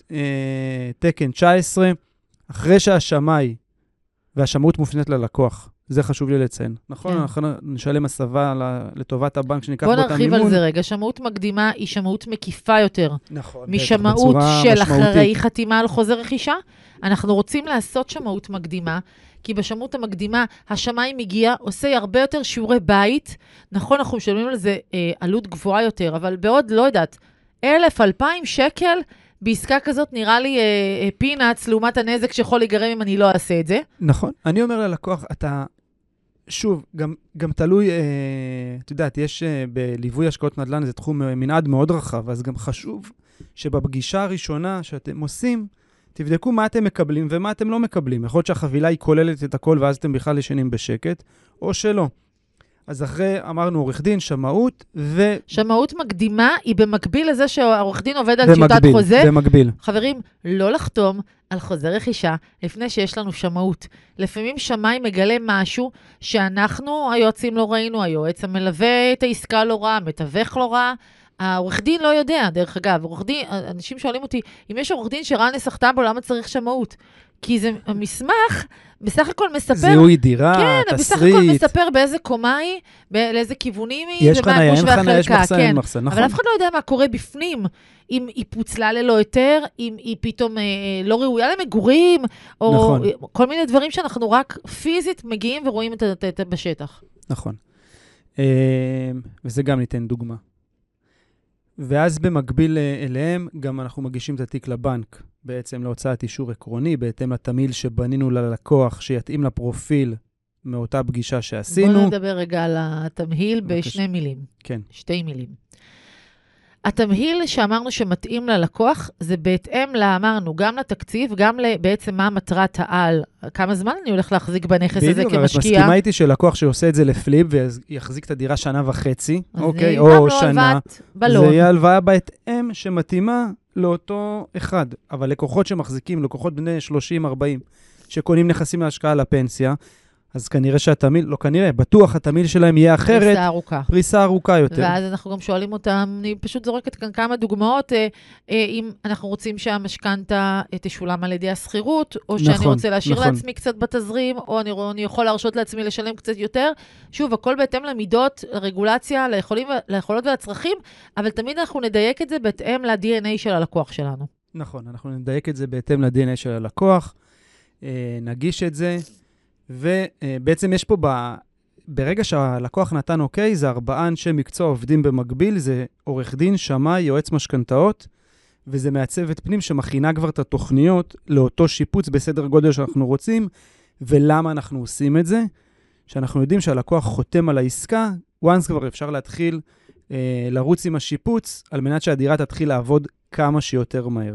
תקן 19, אחרי שהשמאי והשמאות מופנית ללקוח. זה חשוב לי לציין. נכון, כן. אנחנו נשלם הסבה לטובת הבנק שניקח באותה מימון. בוא נרחיב על זה רגע. שמאות מקדימה היא שמאות מקיפה יותר. נכון. משמאות של אחרי חתימה על חוזה רכישה. אנחנו רוצים לעשות שמאות מקדימה, כי בשמאות המקדימה השמאי מגיע, עושה הרבה יותר שיעורי בית. נכון, אנחנו משלמים על זה עלות גבוהה יותר, אבל בעוד, לא יודעת, 1,000-2,000 שקל, בעסקה כזאת נראה לי פינאץ, לעומת הנזק שיכול להיגרם אם אני לא אעשה את זה. נכון. אני אומר ללקוח, אתה, שוב, גם תלוי, את יודעת, יש בליווי השקעות נדל"ן, זה תחום מנעד מאוד רחב, אז גם חשוב שבפגישה הראשונה שאתם עושים, תבדקו מה אתם מקבלים ומה אתם לא מקבלים. יכול להיות שהחבילה היא כוללת את הכל, ואז אתם בכלל ישנים בשקט, או שלא. אז אחרי, אמרנו, עורך דין, שמאות, שמאות מקדימה היא במקביל לזה שהעורך דין עובד על טיוטת חוזה. במקביל. חברים, לא לחתום על חוזה רכישה לפני שיש לנו שמאות. לפעמים שמאי מגלה משהו שאנחנו, היועצים לא ראינו, היועץ המלווה את העסקה לא רע, מתווך לא רע, העורך דין לא יודע, דרך אגב, עורך דין, אנשים שואלים אותי, אם יש עורך דין שראה נסחתה בו, למה צריך שמאות? כי זה מסמך, בסך הכל מספר... זיהוי דירה, תסריט. כן, בסך הכל מספר באיזה קומה היא, לאיזה כיוונים היא, יש חניה, אין חניה, יש מחסן, אין מחסן, נכון. אבל אף אחד לא יודע מה קורה בפנים, אם היא פוצלה ללא היתר, אם היא פתאום לא ראויה למגורים, או נכון. כל מיני דברים שאנחנו רק פיזית מגיעים ורואים את בשטח. נכון. וזה גם ניתן דוגמה. ואז במקביל אליהם, גם אנחנו מגישים את התיק לבנק, בעצם להוצאת אישור עקרוני, בהתאם לתמיל שבנינו ללקוח, שיתאים לפרופיל מאותה פגישה שעשינו. בואו נדבר רגע על התמהיל בשני מילים. כן. 2 מילים. התמהיל שאמרנו שמתאים ללקוח, זה בהתאם אמרנו, גם לתקציב, גם בעצם מה מטרת העל. כמה זמן אני הולך להחזיק בנכס הזה כמשקיע? בדיוק, את מסכימה איתי שלקוח שעושה את זה לפליפ, ויחזיק את הדירה 1.5 שנה, אוקיי, או שנה, זה יהיה הלוואה בהתאם שמתאימה לאותו אחד. אבל לקוחות שמחזיקים, לקוחות בני 30-40, שקונים נכסים להשקעה לפנסיה, אז כנראה שהתמיל, לא כנראה, בטוח התמיל שלהם יהיה אחרת. פריסה ארוכה. פריסה ארוכה יותר. ואז אנחנו גם שואלים אותם, אני פשוט זורקת כאן כמה דוגמאות, אם אנחנו רוצים שהמשכנתה תשולם על ידי הסחירות, או שאני רוצה להשאיר לעצמי קצת בתזרים, או אני יכול להרשות לעצמי לשלם קצת יותר. שוב, הכל בהתאם למידות, רגולציה, ליכולות ולצרכים, אבל תמיד אנחנו נדייק את זה בהתאם ל-DNA של הלקוח שלנו. נכון, אנחנו נדייק את זה בהתאם ל-DNA של הלקוח, נגיש את זה, ובעצם יש פה, ברגע שהלקוח נתן אוקיי, זה 4 אנשי מקצוע עובדים במקביל, זה עורך דין, שמאי, יועץ משכנתאות, וזה מעצבת פנים שמכינה כבר את התוכניות לאותו שיפוץ בסדר גודל שאנחנו רוצים, ולמה אנחנו עושים את זה? שאנחנו יודעים שהלקוח חותם על העסקה, once כבר אפשר להתחיל לרוץ עם השיפוץ, על מנת שהדירה תתחיל לעבוד כמה שיותר מהר.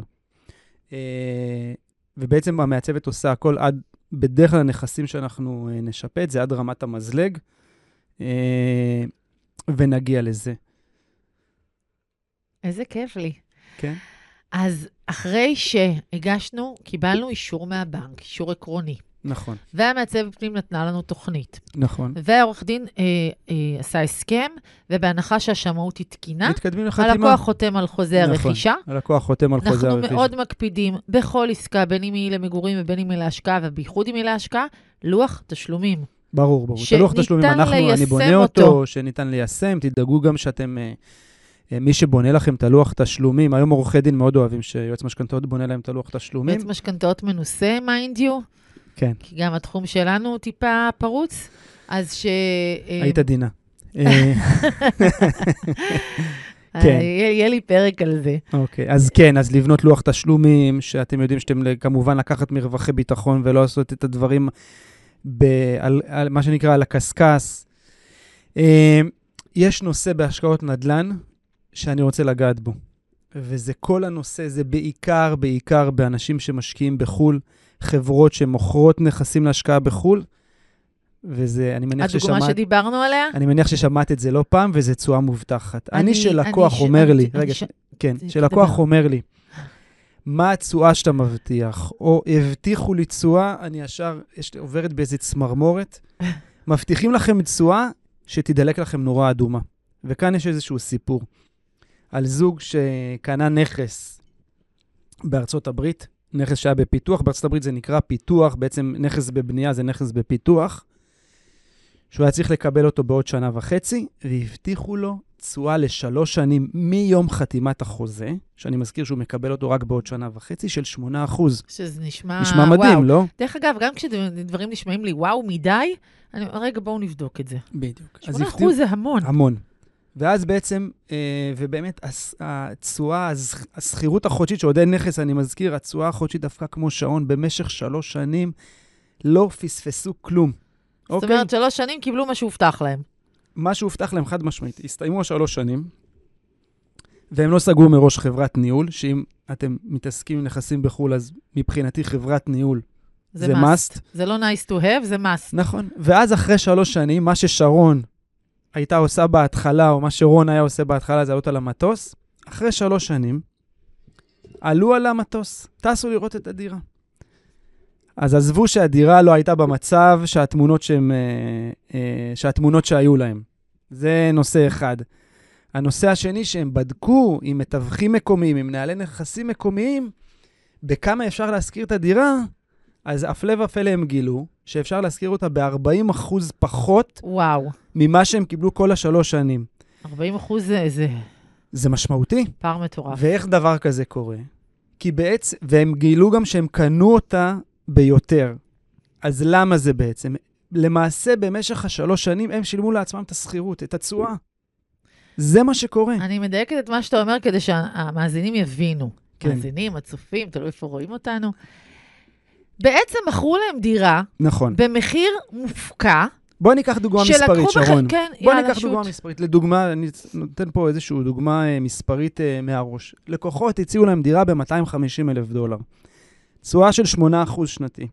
ובעצם המעצבת עושה הכל עד בדרך כלל הנכסים שאנחנו נשפט, זה עד רמת המזלג, ונגיע לזה. איזה כיף לי. כן. אז אחרי שהגשנו, קיבלנו אישור מהבנק, אישור עקרוני. נכון. והמעצב פנים נתנה לנו תוכנית. נכון. והעורך דין עשה הסכם, ובהנחה שהשמאות היא תקינה, מתקדמים לחתימה. הלקוח חותם על חוזה הרכישה. נכון, הלקוח חותם על חוזה הרכישה. אנחנו מאוד מקפידים בכל עסקה, בין אם היא למגורים ובין אם היא להשקעה, ובייחוד אם היא להשקעה, לוח תשלומים. ברור, ברור. את הלוח תשלומים, אני בונה אותו, שניתן ליישם, תדאגו גם שאתם מי שבונה לכם את הלוח תשלומים, היום עורכי דין מאוד אוהבים שיועץ משכנתאות בונה להם את הלוח תשלומים. יועץ משכנתאות מנוסה, mind you. כן. כי גם התחום שלנו טיפה פרוץ, אז היית דינה. כן. יהיה לי פרק על זה. אוקיי, אז כן, אז לבנות לוח תשלומים, שאתם יודעים שאתם כמובן לקחת מרווחי ביטחון ולא לעשות את הדברים על מה שנקרא על הקסקס. יש נושא בהשקעות נדל"ן שאני רוצה לגעת בו, וזה כל הנושא, זה בעיקר באנשים שמשקיעים בחול, חברות שמוכרות נכסים להשקעה בחול, וזה, אני מניח ששמעת... הדוגמה שדיברנו עליה? אני מניח ששמעת את זה לא פעם, וזה תשואה מובטחת. שלקוח אומר לי, רגע, כן, שלקוח אומר לי, מה התשואה שאתה מבטיח? או הבטיחו לי תשואה, אני ישר עוברת באיזו צמרמורת, מבטיחים לכם תשואה שתדלק לכם נורה אדומה. וכאן יש איזשהו סיפור על זוג שקנה נכס בארצות הברית, נכס שהיה בפיתוח, בארצות הברית זה נקרא פיתוח, בעצם נכס בבנייה זה נכס בפיתוח, שהוא היה צריך לקבל אותו בעוד 1.5 שנה, והבטיחו לו תשואה ל3 שנים מיום חתימת החוזה, שאני מזכיר שהוא מקבל אותו רק בעוד 1.5 שנה, של 8%. שזה נשמע מדהים, וואו. לא? דרך אגב, גם כשדברים נשמעים לי וואו מדי, רגע בואו נבדוק את זה. בדיוק. 8% זה המון. המון. ואז בעצם, ובאמת, התשואה, הסחירות החודשית, שעוד אין נכס, אני מזכיר, התשואה החודשית דווקא כמו שעון, במשך 3 שנים, לא פספסו כלום. זאת אומרת, 3 שנים קיבלו מה שהובטח להם. מה שהובטח להם חד משמעית. הסתיימו 3 שנים, והם לא סגרו מראש חברת ניהול, שאם אתם מתעסקים עם נכסים בחול, אז מבחינתי חברת ניהול זה must. זה לא nice to have, זה must. נכון. ואז אחרי 3 שנים, מה ששרון הייתה עושה בהתחלה, או מה שרון היה עושה בהתחלה, זה עלות על המטוס. אחרי 3 שנים, עלו על המטוס, טסו לראות את הדירה. אז עזבו שהדירה לא הייתה במצב שהתמונות שהיו להם. זה נושא אחד. הנושא השני שהם בדקו עם מתווכים מקומיים, עם מנהלי נכסים מקומיים, בכמה אפשר להשכיר את הדירה, אז הפלא ופלא הם גילו שאפשר להשכיר אותה ב-40% פחות ממה שהם קיבלו כל 3 שנים. 40% זה משמעותי. פער מטורף. ואיך דבר כזה קורה? כי בעצם, והם גילו גם שהם קנו אותה ביותר. אז למה זה בעצם? למעשה, במשך 3 שנים, הם שילמו לעצמם את השכירות, את התשואה. זה מה שקורה. אני מדייקת את מה שאתה אומר, כדי שהמאזינים יבינו. כן. מאזינים, הצופים, תלוי איפה רואים אותנו. בעצם מכרו להם דירה, נכון. במחיר מופקע, בוא ניקח דוגמה מספרית, שרון. כן, בוא ניקח דוגמה מספרית. לדוגמה, אני נותן פה איזושהי דוגמה מספרית מהראש. לקוחות הציעו להם דירה ב$250,000. תשואה של 8% שנתי.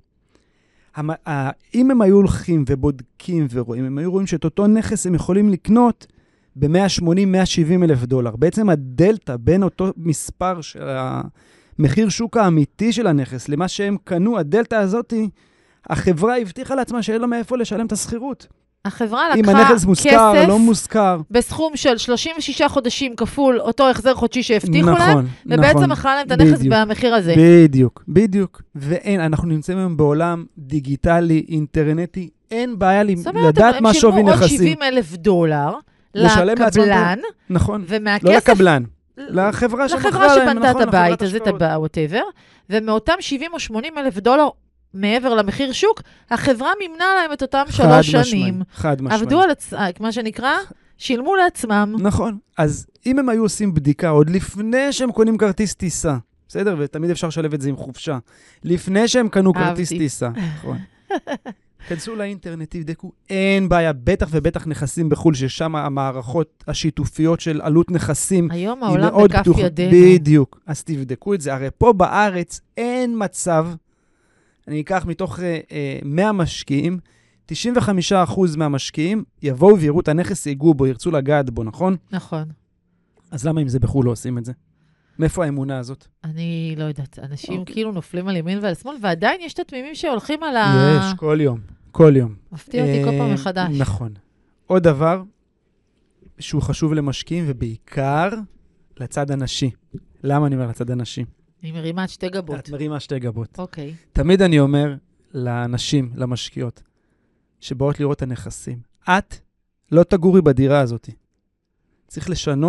אם הם היו הולכים ובודקים ורואים, הם היו רואים שאת אותו נכס הם יכולים לקנות ב$180,000-170,000. בעצם הדלטה בין אותו מספר של המחיר שוק האמיתי של הנכס, למה שהם קנו, הדלטה הזאת, החברה הבטיחה לעצמה שאין לה מאיפה לשלם את השכירות. החברה לקחה אם הנכס מוזכר, לא מוזכר. בסכום של 36 חודשים כפול אותו החזר חודשי שהבטיחו להם, ובעצם מכרה להם את הנכס במחיר הזה. בדיוק. ואין, אנחנו נמצאים היום בעולם דיגיטלי, אינטרנטי, אין בעיה לדעת מה שווי נכסים. הם שילמו עוד $70,000 לקבלן, נכון, ומהכסף... לא לקבלן, לחברה שמכרה להם, שבנתה את הבית הזה, whatever, ומאותם $70,000 או $80,000 מעבר למחיר שוק, החברה מימנה להם את אותם 3 שנים. חד משמעית. עבדו על מה שנקרא, שילמו לעצמם. נכון. אז אם הם היו עושים בדיקה עוד לפני שהם קונים כרטיס טיסה, בסדר? ותמיד אפשר לשלב את זה עם חופשה. לפני שהם קנו כרטיס טיסה. נכון. כנסו לאינטרנט, תבדקו, אין בעיה, בטח ובטח נכסים בחול, ששם המערכות השיתופיות של עלות נכסים היום העולם בכף ידינו. בדיוק. אז תבדקו את זה. הרי פה בארץ אין מצב, אני אקח מתוך 100 משקיעים, 95% מהמשקיעים יבואו ויראו את הנכס, ייגעו בו, ירצו לגעת בו, נכון? נכון. אז למה אם זה בחול לא עושים את זה? מאיפה האמונה הזאת? אני לא יודעת. אנשים כאילו נופלים על ימין ועל שמאל, ועדיין יש את התמימים שהולכים על יש, כל יום. מפתיע אותי כל פעם מחדש. נכון. עוד דבר שהוא חשוב למשקיעים, ובעיקר לצד הנשי. למה אני אומר לצד הנשי? אני מרימה את 2 גבות. את מרימה 2 גבות. אוקיי. תמיד אני אומר לאנשים, למשקיעות, שבאות לראות את הנכסים, את לא תגורי בדירה הזאת. צריך לשנות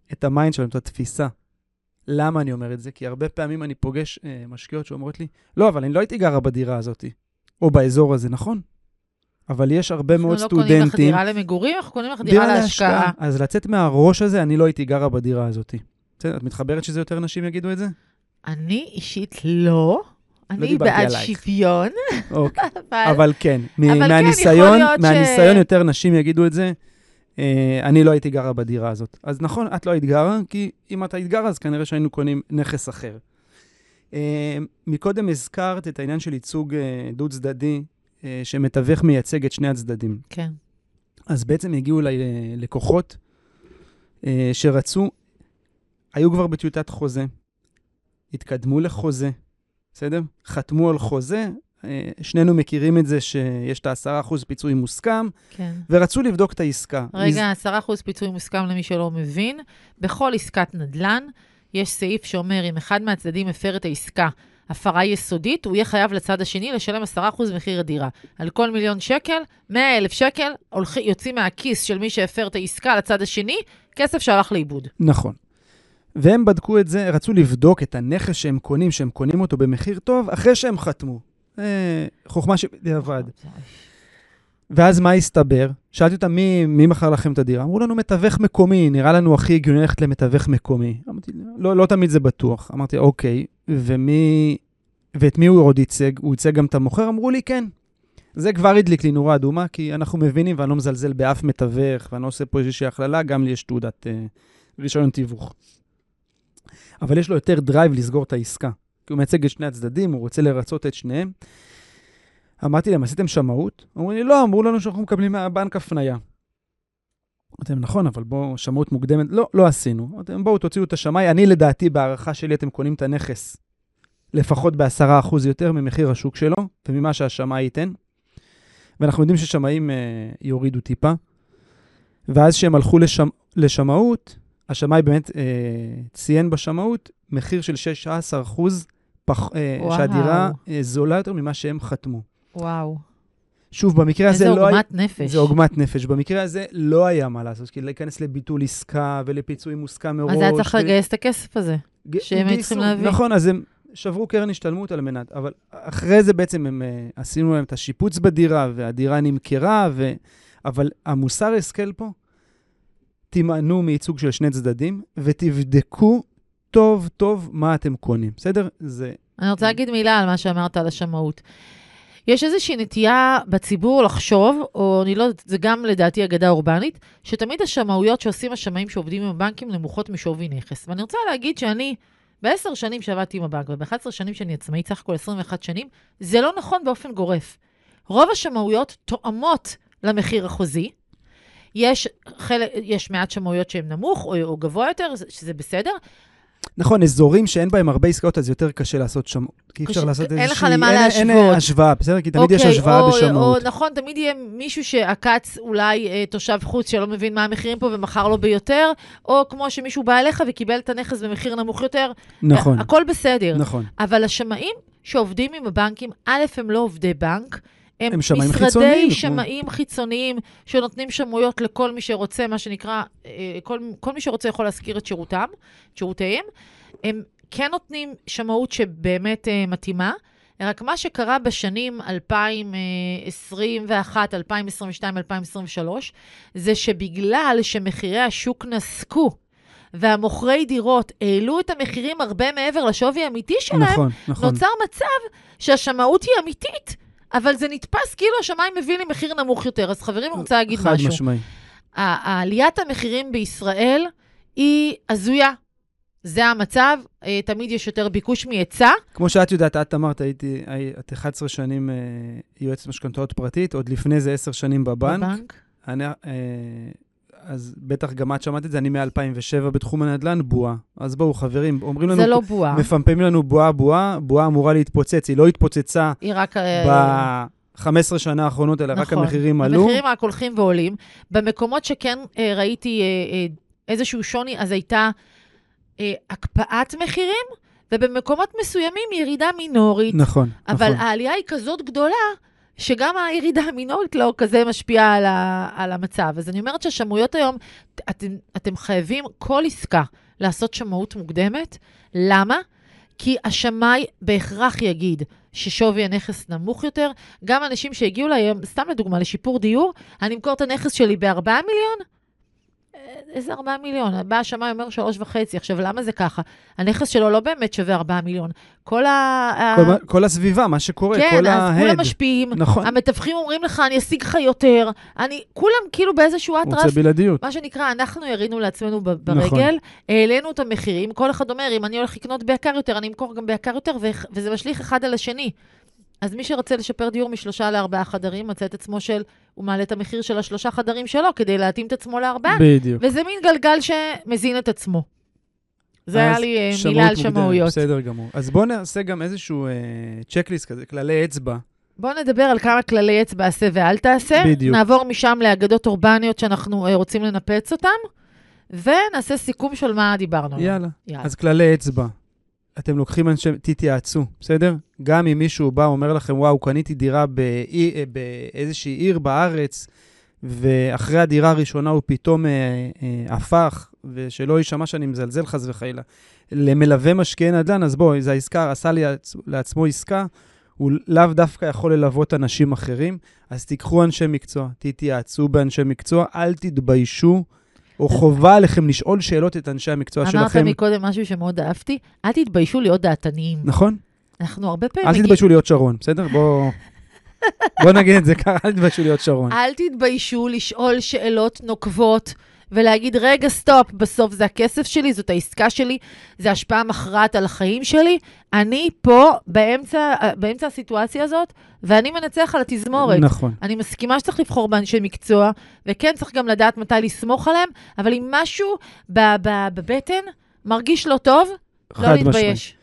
את המיינד שלהם, את התפיסה. למה אני אומר את זה? כי הרבה פעמים אני פוגש משקיעות שאומרות לי, לא, אבל אני לא הייתי גרה בדירה הזאת, או באזור הזה, נכון? אבל יש הרבה מאוד סטודנטים... אנחנו לא קונים לך דירה למגורים, אנחנו קונים לך דירה להשקעה. אז לצאת מהראש הזה, אני לא הייתי גרה בדירה הזאת. את מתחברת שזה יותר נשים יגידו את זה? אני אישית לא. אני בעד שוויון. אבל כן, מהניסיון יותר נשים יגידו את זה, אני לא הייתי גרה בדירה הזאת. אז נכון, את לא היית גרה, כי אם את היית גרה, אז כנראה שהיינו קונים נכס אחר. מקודם הזכרת את העניין של ייצוג דו צדדי, שמתווך מייצג את שני הצדדים. כן. אז בעצם הגיעו לקוחות שרצו, היו כבר בטיוטת חוזה, התקדמו לחוזה, בסדר? חתמו על חוזה, שנינו מכירים את זה שיש את ה10% פיצוי מוסכם, כן. ורצו לבדוק את העסקה. רגע, 10% פיצוי מוסכם למי שלא מבין. בכל עסקת נדל"ן, יש סעיף שאומר, אם אחד מהצדדים הפר את העסקה, הפרה יסודית, הוא יהיה חייב לצד השני לשלם 10% מחיר הדירה. על כל 1,000,000 שקל, 100,000 שקל, יוצאים מהכיס של מי שהפר את העסקה לצד השני, כסף שהלך לאיבוד. נכון. והם בדקו את זה, רצו לבדוק את הנכס שהם קונים אותו במחיר טוב, אחרי שהם חתמו. חוכמה שבדיעבד. ואז מה הסתבר? שאלתי אותם, מי מכר לכם את הדירה? אמרו לנו, מתווך מקומי, נראה לנו הכי הגיוני ללכת למתווך מקומי. אמרתי, לא תמיד זה בטוח. אמרתי, אוקיי, ואת מי הוא עוד ייצג? הוא ייצג גם את המוכר? אמרו לי, כן. זה כבר הדליק לי נורה אדומה, כי אנחנו מבינים, ואני לא מזלזל באף מתווך, ואני לא עושה פה איזושהי הכללה, גם לי יש תעודת רישיון תיווך. אבל יש לו יותר דרייב לסגור את העסקה. כי הוא מייצג את שני הצדדים, הוא רוצה לרצות את שניהם. אמרתי להם, עשיתם שמאות? אמרו לי, לא, אמרו לנו שאנחנו מקבלים מהבנק הפניה. אמרתי להם, נכון, אבל בואו, שמאות מוקדמת, לא עשינו. אמרתי להם, בואו, תוציאו את השמאי. אני לדעתי, בהערכה שלי, אתם קונים את הנכס לפחות ב10% יותר ממחיר השוק שלו, וממה שהשמאי ייתן. ואנחנו יודעים ששמאים יורידו טיפה. ואז שהם הלכו לשמאות, השמאי באמת ציין בשמאות מחיר של 16% שהדירה זולה יותר ממה שהם חתמו. וואו. שוב, במקרה הזה לא היה... איזה עוגמת נפש. זה עוגמת נפש. במקרה הזה לא היה מה לעשות, כי להיכנס לביטול עסקה ולפיצוי מוסכם מראש. אז היה צריך לגייס את הכסף הזה, שהם צריכים להביא. נכון, אז הם שברו קרן השתלמות על מנת, אבל אחרי זה בעצם הם עשינו להם את השיפוץ בדירה, והדירה נמכרה, אבל המוסר השכל פה, תימענו מייצוג של שני צדדים, ותבדקו טוב טוב מה אתם קונים. בסדר? אני רוצה להגיד מילה על מה שאמרת על השמאות. יש איזושהי נטייה בציבור לחשוב, או אני לא יודעת, זה גם לדעתי אגדה אורבנית, שתמיד השמאויות שעושים השמאים שעובדים עם הבנקים נמוכות משווי נכס. ואני רוצה להגיד שאני, ב10 שנים שעבדתי עם הבנק, וב11 שנים שאני עצמאית, סך הכל 21 שנים, זה לא נכון באופן גורף. רוב השמאויות תואמות למחיר החוזי, יש מעט שמאויות שהן נמוך או גבוה יותר, שזה בסדר. נכון, אזורים שאין בהם הרבה עסקאות, אז יותר קשה לעשות שמאות. כי אפשר לעשות איזושהי... אין לך למה להשוות. אין השוואה, בסדר? כי תמיד יש השוואה בשמאות. או נכון, תמיד יהיה מישהו שעקץ אולי תושב חוץ שלא מבין מה המחירים פה ומחר לו ביותר, או כמו שמישהו בא אליך וקיבל את הנכס במחיר נמוך יותר. נכון. הכל בסדר. נכון. אבל השמאים שעובדים עם הבנקים, א', הם לא עובדי בנק, הם שמאים משרדי חיצוניים. שמאים חיצוניים שנותנים שמויות לכל מי שרוצה, מה שנקרא, כל מי שרוצה יכול להזכיר את שירותיהם. הם כן נותנים שמאות שבאמת מתאימה, רק מה שקרה בשנים 2021, 2022, 2023, זה שבגלל שמחירי השוק נסקו, והמוכרי דירות העלו את המחירים הרבה מעבר לשווי האמיתי שלהם, נכון. נוצר מצב שהשמאות היא אמיתית, אבל זה נתפס כאילו השמיים מביא לי מחיר נמוך יותר. אז חברים, אני רוצה להגיד משהו. חד משמעי. העליית המחירים בישראל היא הזויה. זה המצב, תמיד יש יותר ביקוש מהיצע. כמו שאת יודעת, את אמרת, את 11 שנים יועצת משכנתאות פרטית, עוד לפני זה 10 שנים בבנק. אז בטח גם את שמעת את זה, אני מ-2007 בתחום הנדל"ן, בועה. אז בואו חברים, אומרים לנו... זה לא בועה. מפמפמים לנו בועה אמורה להתפוצץ, היא לא התפוצצה ב-15 שנה האחרונות, אלא רק המחירים עלו. המחירים רק הולכים ועולים. במקומות שכן ראיתי איזשהו שוני, אז הייתה הקפאת מחירים, ובמקומות מסוימים ירידה מינורית. נכון. אבל העלייה היא כזאת גדולה, שגם הירידה המינורית לא כזה משפיעה על המצב. אז אני אומרת שהשמאויות היום, אתם חייבים כל עסקה לעשות שמאות מוקדמת. למה? כי השמאי בהכרח יגיד ששווי הנכס נמוך יותר. גם אנשים שהגיעו להם, סתם לדוגמה, לשיפור דיור, אני אמכור את הנכס שלי ב4 מיליון? איזה 4 מיליון? בא השמאי אומר 3.5. עכשיו, למה זה ככה? הנכס שלו לא באמת שווה 4 מיליון. כל הסביבה, מה שקורה, כן, כל אז ההד. כולם משפיעים. נכון. המתווכים אומרים לך, אני אשיג לך יותר. כולם כאילו באיזשהו אטרף. רוצה בלעדיות. מה שנקרא, אנחנו ירינו לעצמנו ברגל, העלינו את המחירים. כל אחד אומר, אם אני הולך לקנות ביקר יותר, אני אמכור גם ביקר יותר, וזה משליך אחד על השני. אז מי שרוצה לשפר דיור מ3 ל4 חדרים, מצא את עצמו הוא מעלה את המחיר של 3 חדרים שלו, כדי להתאים את עצמו ל4. בדיוק. וזה מין גלגל שמזין את עצמו. זה היה לי מילה על שמאויות. בסדר גמור. אז בואו נעשה גם איזשהו צ'קליסט כזה, כללי אצבע. בואו נדבר על כמה כללי אצבע עשה ואל תעשה. בדיוק. נעבור משם לאגדות אורבניות שאנחנו רוצים לנפץ אותם, ונעשה סיכום של מה דיברנו. יאללה. אז כללי אצבע. אתם לוקחים אנשי, תתייעצו, בסדר? גם אם מישהו בא, אומר לכם, וואו, קניתי דירה באיזושהי עיר בארץ, ואחרי הדירה הראשונה הוא פתאום הפך, ושלא יישמע שאני מזלזל חס וחלילה, למלווה משקיעי נדל"ן, אז בואו, זה העסקה, עשה לי לעצמו עסקה, הוא לאו דווקא יכול ללוות אנשים אחרים, אז תיקחו אנשי מקצוע, תתייעצו באנשי מקצוע, אל תתביישו, או חובה עליכם לשאול שאלות את אנשי המקצוע שלכם. אמרת מקודם משהו שמאוד אהבתי, אל תתביישו להיות דעתניים. נכון. אנחנו הרבה פעמים... אל תתביישו להיות שרון, בסדר? בוא נגיד את זה ככה, אל תתביישו להיות שרון. אל תתביישו לשאול שאלות נוקבות, ולהגיד, רגע, סטופ, בסוף זה הכסף שלי, זאת העסקה שלי, זה השפעה מכרעת על החיים שלי, אני פה באמצע הסיטואציה הזאת, ואני מנצח על התזמורת. נכון. אני מסכימה שצריך לבחור באנשי מקצוע, וכן צריך גם לדעת מתי לסמוך עליהם, אבל אם משהו בבטן מרגיש לא טוב, לא להתבייש.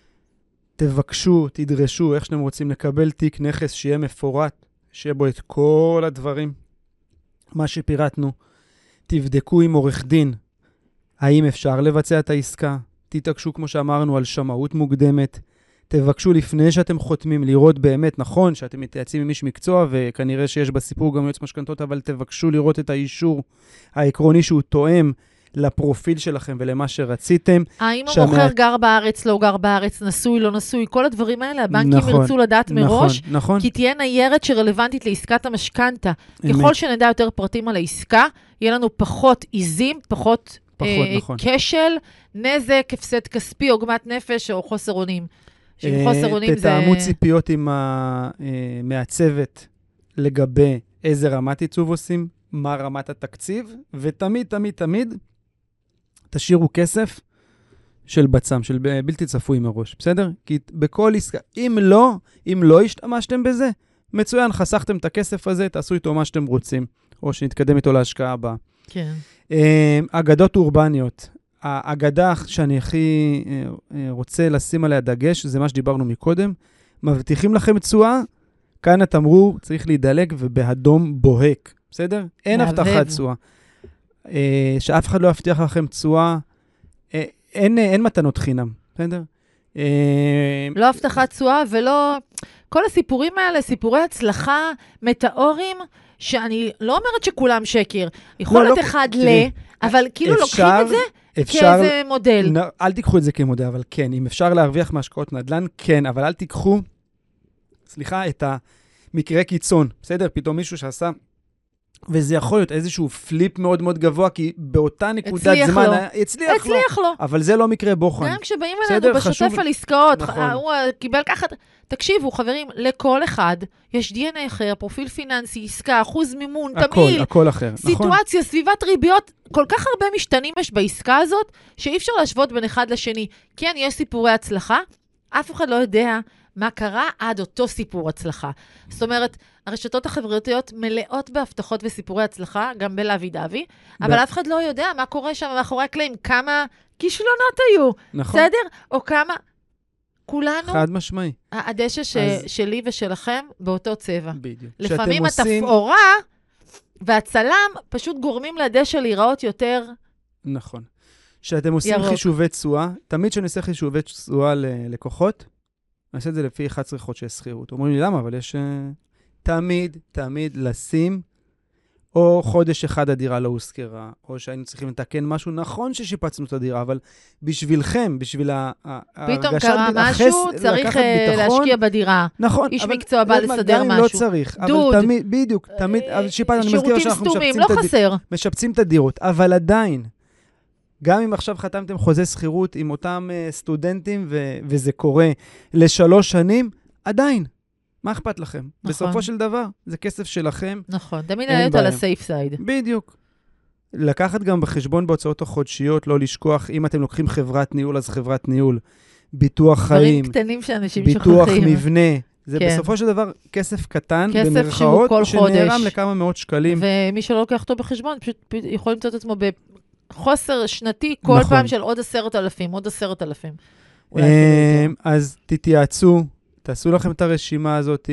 תבקשו, תדרשו, איך שאתם רוצים לקבל תיק נכס שיהיה מפורט, שיהיה בו את כל הדברים, מה שפירטנו. תבדקו עם עורך דין, האם אפשר לבצע את העסקה, תתעקשו כמו שאמרנו על שמאות מוקדמת, תבקשו לפני שאתם חותמים לראות באמת נכון שאתם מתייעצים עם איש מקצוע, וכנראה שיש בסיפור גם יועץ משכנתות, אבל תבקשו לראות את האישור העקרוני שהוא תואם לפרופיל שלכם ולמה שרציתם. האם המוכר גר בארץ, לא גר בארץ, נשוי, לא נשוי, כל הדברים האלה, הבנקים ירצו לדעת מראש, כי תהיה ניירת שרלוונטית לעסקת המשכנתה. ככל שנדע יותר פרטים על העסקה, יהיה לנו פחות עיזים, פחות כשל, נזק, הפסד כספי, עוגמת נפש או חוסר אונים. חוסר אונים זה... תתאמו ציפיות עם המעצבת לגבי איזה רמת עיצוב עושים, מה רמת התקציב, ותמיד, תמיד, תמיד, תשאירו כסף של בצם, של בלתי צפוי מראש, בסדר? כי בכל עסקה, אם לא השתמשתם בזה, מצוין, חסכתם את הכסף הזה, תעשו איתו מה שאתם רוצים, או שנתקדם איתו להשקעה הבאה. כן. אגדות אורבניות. האגדה שאני הכי רוצה לשים עליה דגש, זה מה שדיברנו מקודם, מבטיחים לכם תשואה, כאן התמרור צריך להידלק ובאדום בוהק, בסדר? אין הבטחת תשואה. שאף אחד לא יבטיח לכם תשואה, אין מתנות חינם, בסדר? לא הבטחת תשואה ולא... כל הסיפורים האלה, סיפורי הצלחה, מטאורים, שאני לא אומרת שכולם שקר. יכול להיות אחד אבל כאילו לוקחים את זה כאיזה מודל. אל תיקחו את זה כמודל, אבל כן, אם אפשר להרוויח מהשקעות נדל"ן, כן, אבל אל תיקחו, את המקרה קיצון, בסדר? פתאום מישהו שעשה, וזה יכול להיות איזשהו פליפ מאוד מאוד גבוה, כי באותה נקודת זמן, הצליח לו. אבל זה לא מקרה בוחן. גם כשבאים אלינו בשוטף על עסקאות, הוא קיבל ככה, תקשיבו חברים, לכל אחד יש DNA אחר, פרופיל פיננסי, עסקה, אחוז מימון, תמיל, הכל אחר. סיטואציה, סביבת ריביות, כל כך הרבה משתנים יש בעסקה הזאת, שאי אפשר להשוות בין אחד לשני. כן, יש סיפורי הצלחה, אף אחד לא יודע מה קרה עד אותו סיפור הצלחה. זאת אומרת, הרשתות החברתיות מלאות בהבטחות וסיפורי הצלחה, גם בלוי דווי, אבל אף אחד לא יודע מה קורה שם מאחורי הקלעים, כמה כישלונות היו, נכון. בסדר? או כמה... כולנו... חד משמעי. הדשא שלי ושלכם באותו צבע. בדיוק. לפעמים התפאורה והצלם פשוט גורמים לדשא להיראות יותר... נכון. שאתם עושים חישובי תשואה, תמיד שאני עושה חישובי תשואה ללקוחות, אני אעשה את זה לפי 11 חודשי שכירות. אומרים לי, למה? אבל יש תמיד לשים, או חודש אחד הדירה לא הוזכרה, או שהיינו צריכים לתקן משהו, נכון ששיפצנו את הדירה, אבל בשבילכם, בשביל ההרגשת... פתאום קרה משהו, צריך להשקיע בדירה. נכון. איש מקצוע בא לסדר משהו. גם אם לא צריך, אבל תמיד, בדיוק, תמיד, שיפצנו, אני מזכיר שאנחנו משפצים את הדירות, אבל עדיין, גם אם עכשיו חתמתם חוזה שכירות עם אותם סטודנטים, וזה קורה ל3 שנים, עדיין. מה אכפת לכם? נכון. בסופו של דבר, זה כסף שלכם. נכון, תמיד נהיית על הסייף סייד. בדיוק. לקחת גם בחשבון בהוצאות החודשיות, לא לשכוח, אם אתם לוקחים חברת ניהול, אז חברת ניהול, ביטוח חיים, קטנים שאנשים ביטוח מבנה, זה כן. בסופו של דבר כסף קטן, במרכאות, שנערם לכמה מאות שקלים. ומי שלא לוקח אותו בחשבון, פשוט יכול למצוא את עצמו בחוסר שנתי, כל נכון. פעם של עוד 10,000, עוד 10,000. אז תתייעצו, תעשו לכם את הרשימה הזאת,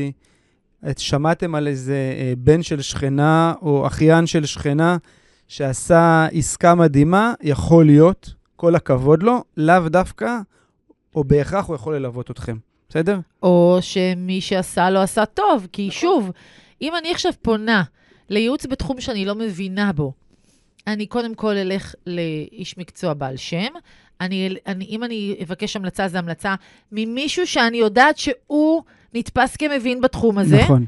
שמעתם על איזה בן של שכנה, או אחיין של שכנה, שעשה עסקה מדהימה, יכול להיות, כל הכבוד לו, לאו דווקא, או בהכרח הוא יכול ללוות אתכם. בסדר? או שמי שעשה לא עשה טוב, כי שוב, אם אני עכשיו פונה לייעוץ בתחום שאני לא מבינה בו, אני קודם כל אלך לאיש מקצוע בעל שם, אם אני אבקש המלצה, זה המלצה ממישהו שאני יודעת שהוא נתפס כמבין בתחום הזה. נכון.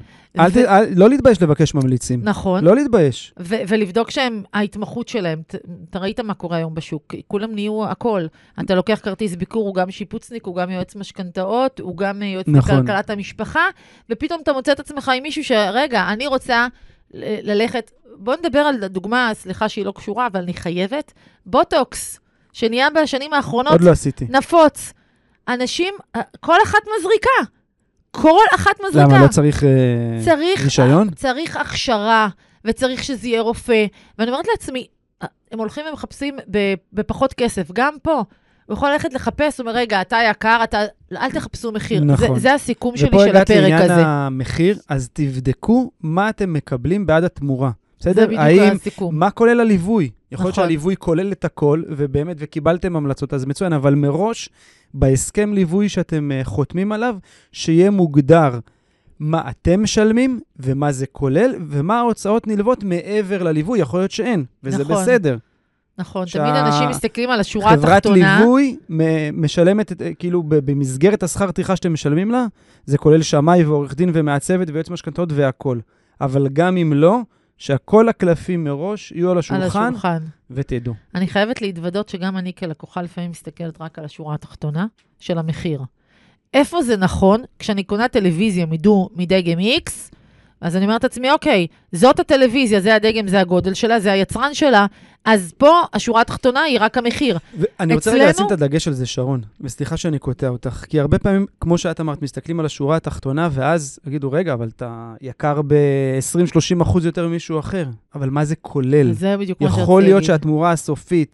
לא להתבייש לבקש ממליצים. נכון. לא להתבייש. ולבדוק שהם, ההתמחות שלהם, אתה ראית מה קורה היום בשוק, כולם נהיו הכל. אתה לוקח כרטיס ביקור, הוא גם שיפוצניק, הוא גם יועץ משכנתאות, הוא גם יועץ לכלכלת המשפחה, ופתאום אתה מוצא את עצמך עם מישהו שרגע, אני רוצה ללכת, בוא נדבר על דוגמה, סליחה שהיא לא קשורה, אבל אני חייבת, בוטוקס, שנהיה בשנים האחרונות, עוד לא עשיתי. נפוץ. אנשים, כל אחת מזריקה. כל אחת מזריקה. למה לא צריך רישיון? צריך הכשרה, וצריך שזה יהיה רופא. ואני אומרת לעצמי, הם הולכים ומחפשים בפחות כסף. גם פה, הוא יכול ללכת לחפש, הוא אומר, רגע, אתה יקר, אל תחפשו מחיר. נכון. זה הסיכום שלי של הפרק הזה. ופה הגעת לעניין המחיר, אז תבדקו מה אתם מקבלים בעד התמורה. בסדר? האם, מה כולל הליווי? יכול להיות שהליווי כולל את הכל, ובאמת, וקיבלתם המלצות, אז מצוין, אבל מראש, בהסכם ליווי שאתם חותמים עליו, שיהיה מוגדר מה אתם משלמים, ומה זה כולל, ומה ההוצאות נלוות מעבר לליווי, יכול להיות שאין, וזה בסדר. נכון, תמיד אנשים מסתכלים על השורה התחתונה. חברת ליווי משלמת, כאילו במסגרת השכר טרחה שאתם משלמים לה, זה כולל שמאי ועורך דין ומעצבת ויועץ משכנתאות והכל. אבל גם אם לא, שהכל הקלפים מראש יהיו על השולחן, ותדעו. אני חייבת להתוודות שגם אני כלקוחה לפעמים מסתכלת רק על השורה התחתונה של המחיר. איפה זה נכון? כשאני קונה טלוויזיה מדגם X, אז אני אומרת לעצמי, אוקיי, זאת הטלוויזיה, זה הדגם, זה הגודל שלה, זה היצרן שלה, אז פה השורה התחתונה היא רק המחיר. אני רוצה רגע לשים את הדגש על זה, שרון, וסליחה שאני קוטע אותך, כי הרבה פעמים, כמו שאת אמרת, מסתכלים על השורה התחתונה, ואז יגידו, רגע, אבל אתה יקר ב-20-30% יותר ממישהו אחר, אבל מה זה כולל? זה בדיוק מה שרציתי. יכול להיות שהתמורה הסופית,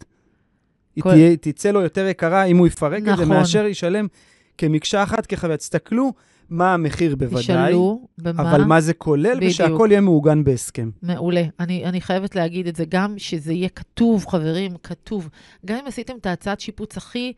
היא תצא לו יותר יקרה, אם הוא יפרק את זה, מאשר ישלם כמקשה אחת, כחוויה. תסתכלו מה המחיר בוודאי, תשאלו במה, אבל מה זה כולל, בדיוק. ושהכל יהיה מעוגן בהסכם. מעולה. אני חייבת להגיד את זה, גם שזה יהיה כתוב, חברים, כתוב. גם אם עשיתם את ההצעת שיפוץ הכי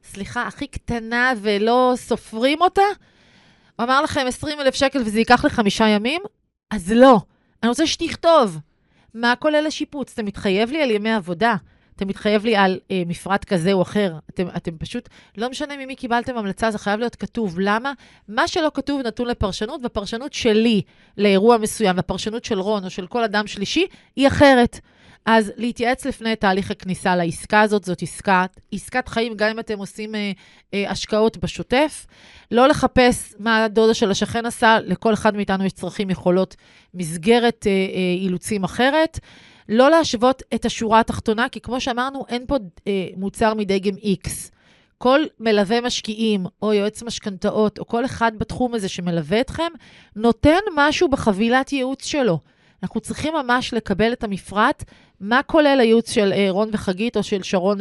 קטנה ולא סופרים אותה, הוא אמר לכם 20,000 שקל וזה ייקח ל5 ימים, אז לא. אני רוצה שתכתוב. מה כולל השיפוץ? אתה מתחייב לי על ימי עבודה. אתה מתחייב לי על מפרט כזה או אחר. אתם פשוט, לא משנה ממי קיבלתם המלצה, זה חייב להיות כתוב. למה? מה שלא כתוב נתון לפרשנות, והפרשנות שלי לאירוע מסוים, והפרשנות של רון או של כל אדם שלישי, היא אחרת. אז להתייעץ לפני תהליך הכניסה לעסקה הזאת, זאת עסקת חיים, גם אם אתם עושים השקעות בשוטף. לא לחפש מה הדודה של השכן עשה, לכל אחד מאיתנו יש צרכים, יכולות, מסגרת אילוצים אחרת. לא להשוות את השורה התחתונה, כי כמו שאמרנו, אין פה מוצר מדגם X. כל מלווה משקיעים, או יועץ משכנתאות, או כל אחד בתחום הזה שמלווה אתכם, נותן משהו בחבילת ייעוץ שלו. אנחנו צריכים ממש לקבל את המפרט, מה כולל הייעוץ של רון וחגית, או של שרון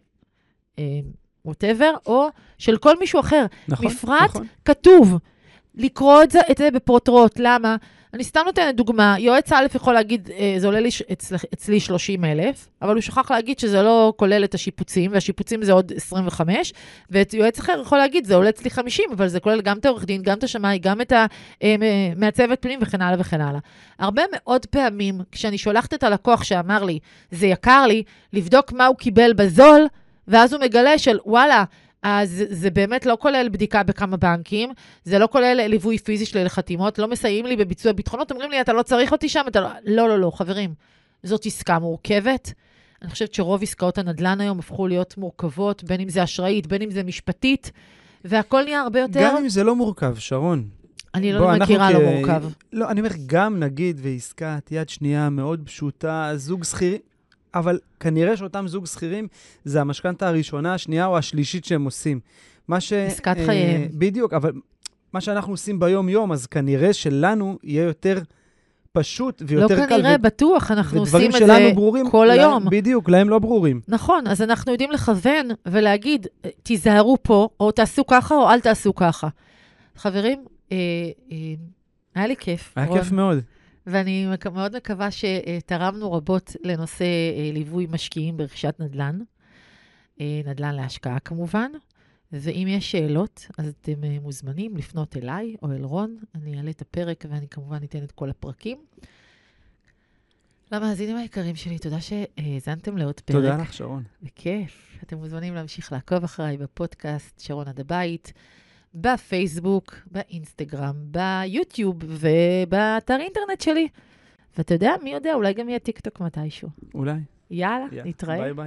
whatever, או של כל מישהו אחר. נכון, מפרט נכון. כתוב. לקרוא את זה בפרוטרוט. למה? אני סתם נותנת דוגמה, יועץ א' יכול להגיד, זה עולה לי אצלי 30,000, אבל הוא שכח להגיד שזה לא כולל את השיפוצים, והשיפוצים זה עוד 25, ויועץ אחר יכול להגיד, זה עולה אצלי 50, אבל זה כולל גם את העורך דין, גם את השמאי, גם את מעצבת פנים וכן הלאה וכן הלאה. הרבה מאוד פעמים, כשאני שולחת את הלקוח שאמר לי, זה יקר לי, לבדוק מה הוא קיבל בזול, ואז הוא מגלה של, וואלה, אז זה באמת לא כולל בדיקה בכמה בנקים, זה לא כולל ליווי פיזי שלי לחתימות, לא מסייעים לי בביצוע ביטחונות, אומרים לי, אתה לא צריך אותי שם, לא, חברים, זאת עסקה מורכבת. אני חושבת שרוב עסקאות הנדל"ן היום הפכו להיות מורכבות, בין אם זה אשראית, בין אם זה משפטית, והכל נהיה הרבה יותר... גם אם זה לא מורכב, שרון. אני לא מכירה לא מורכב. לא, אני אומר, גם נגיד ועסקת יד שנייה מאוד פשוטה, זוג שכירים, אבל כנראה שאותם זוג שכירים זה המשכנתה הראשונה, השנייה או השלישית שהם עושים. עסקת חייהם. בדיוק, אבל מה שאנחנו עושים ביום-יום, אז כנראה שלנו יהיה יותר פשוט ויותר קל. לא כנראה, בטוח, אנחנו עושים את זה ברורים, כל היום. בדיוק, להם לא ברורים. נכון, אז אנחנו יודעים לכוון ולהגיד, תיזהרו פה, או תעשו ככה, או אל תעשו ככה. חברים, היה לי כיף. היה כיף מאוד. ואני מאוד מקווה שתרמנו רבות לנושא ליווי משקיעים ברכישת נדל"ן. נדל"ן להשקעה כמובן. ואם יש שאלות, אז אתם מוזמנים לפנות אליי או אל רון. אני אעלה את הפרק ואני כמובן אתן את כל הפרקים. למאזינים היקרים שלי, תודה שהאזנתם לעוד פרק. תודה לך, שרון. בכיף. אתם מוזמנים להמשיך לעקוב אחריי בפודקאסט שרון עד הבית, בפייסבוק, באינסטגרם, ביוטיוב ובאתר אינטרנט שלי. ואתה יודע, מי יודע, אולי גם יהיה טיקטוק מתישהו. אולי. יאללה, נתראה. ביי ביי.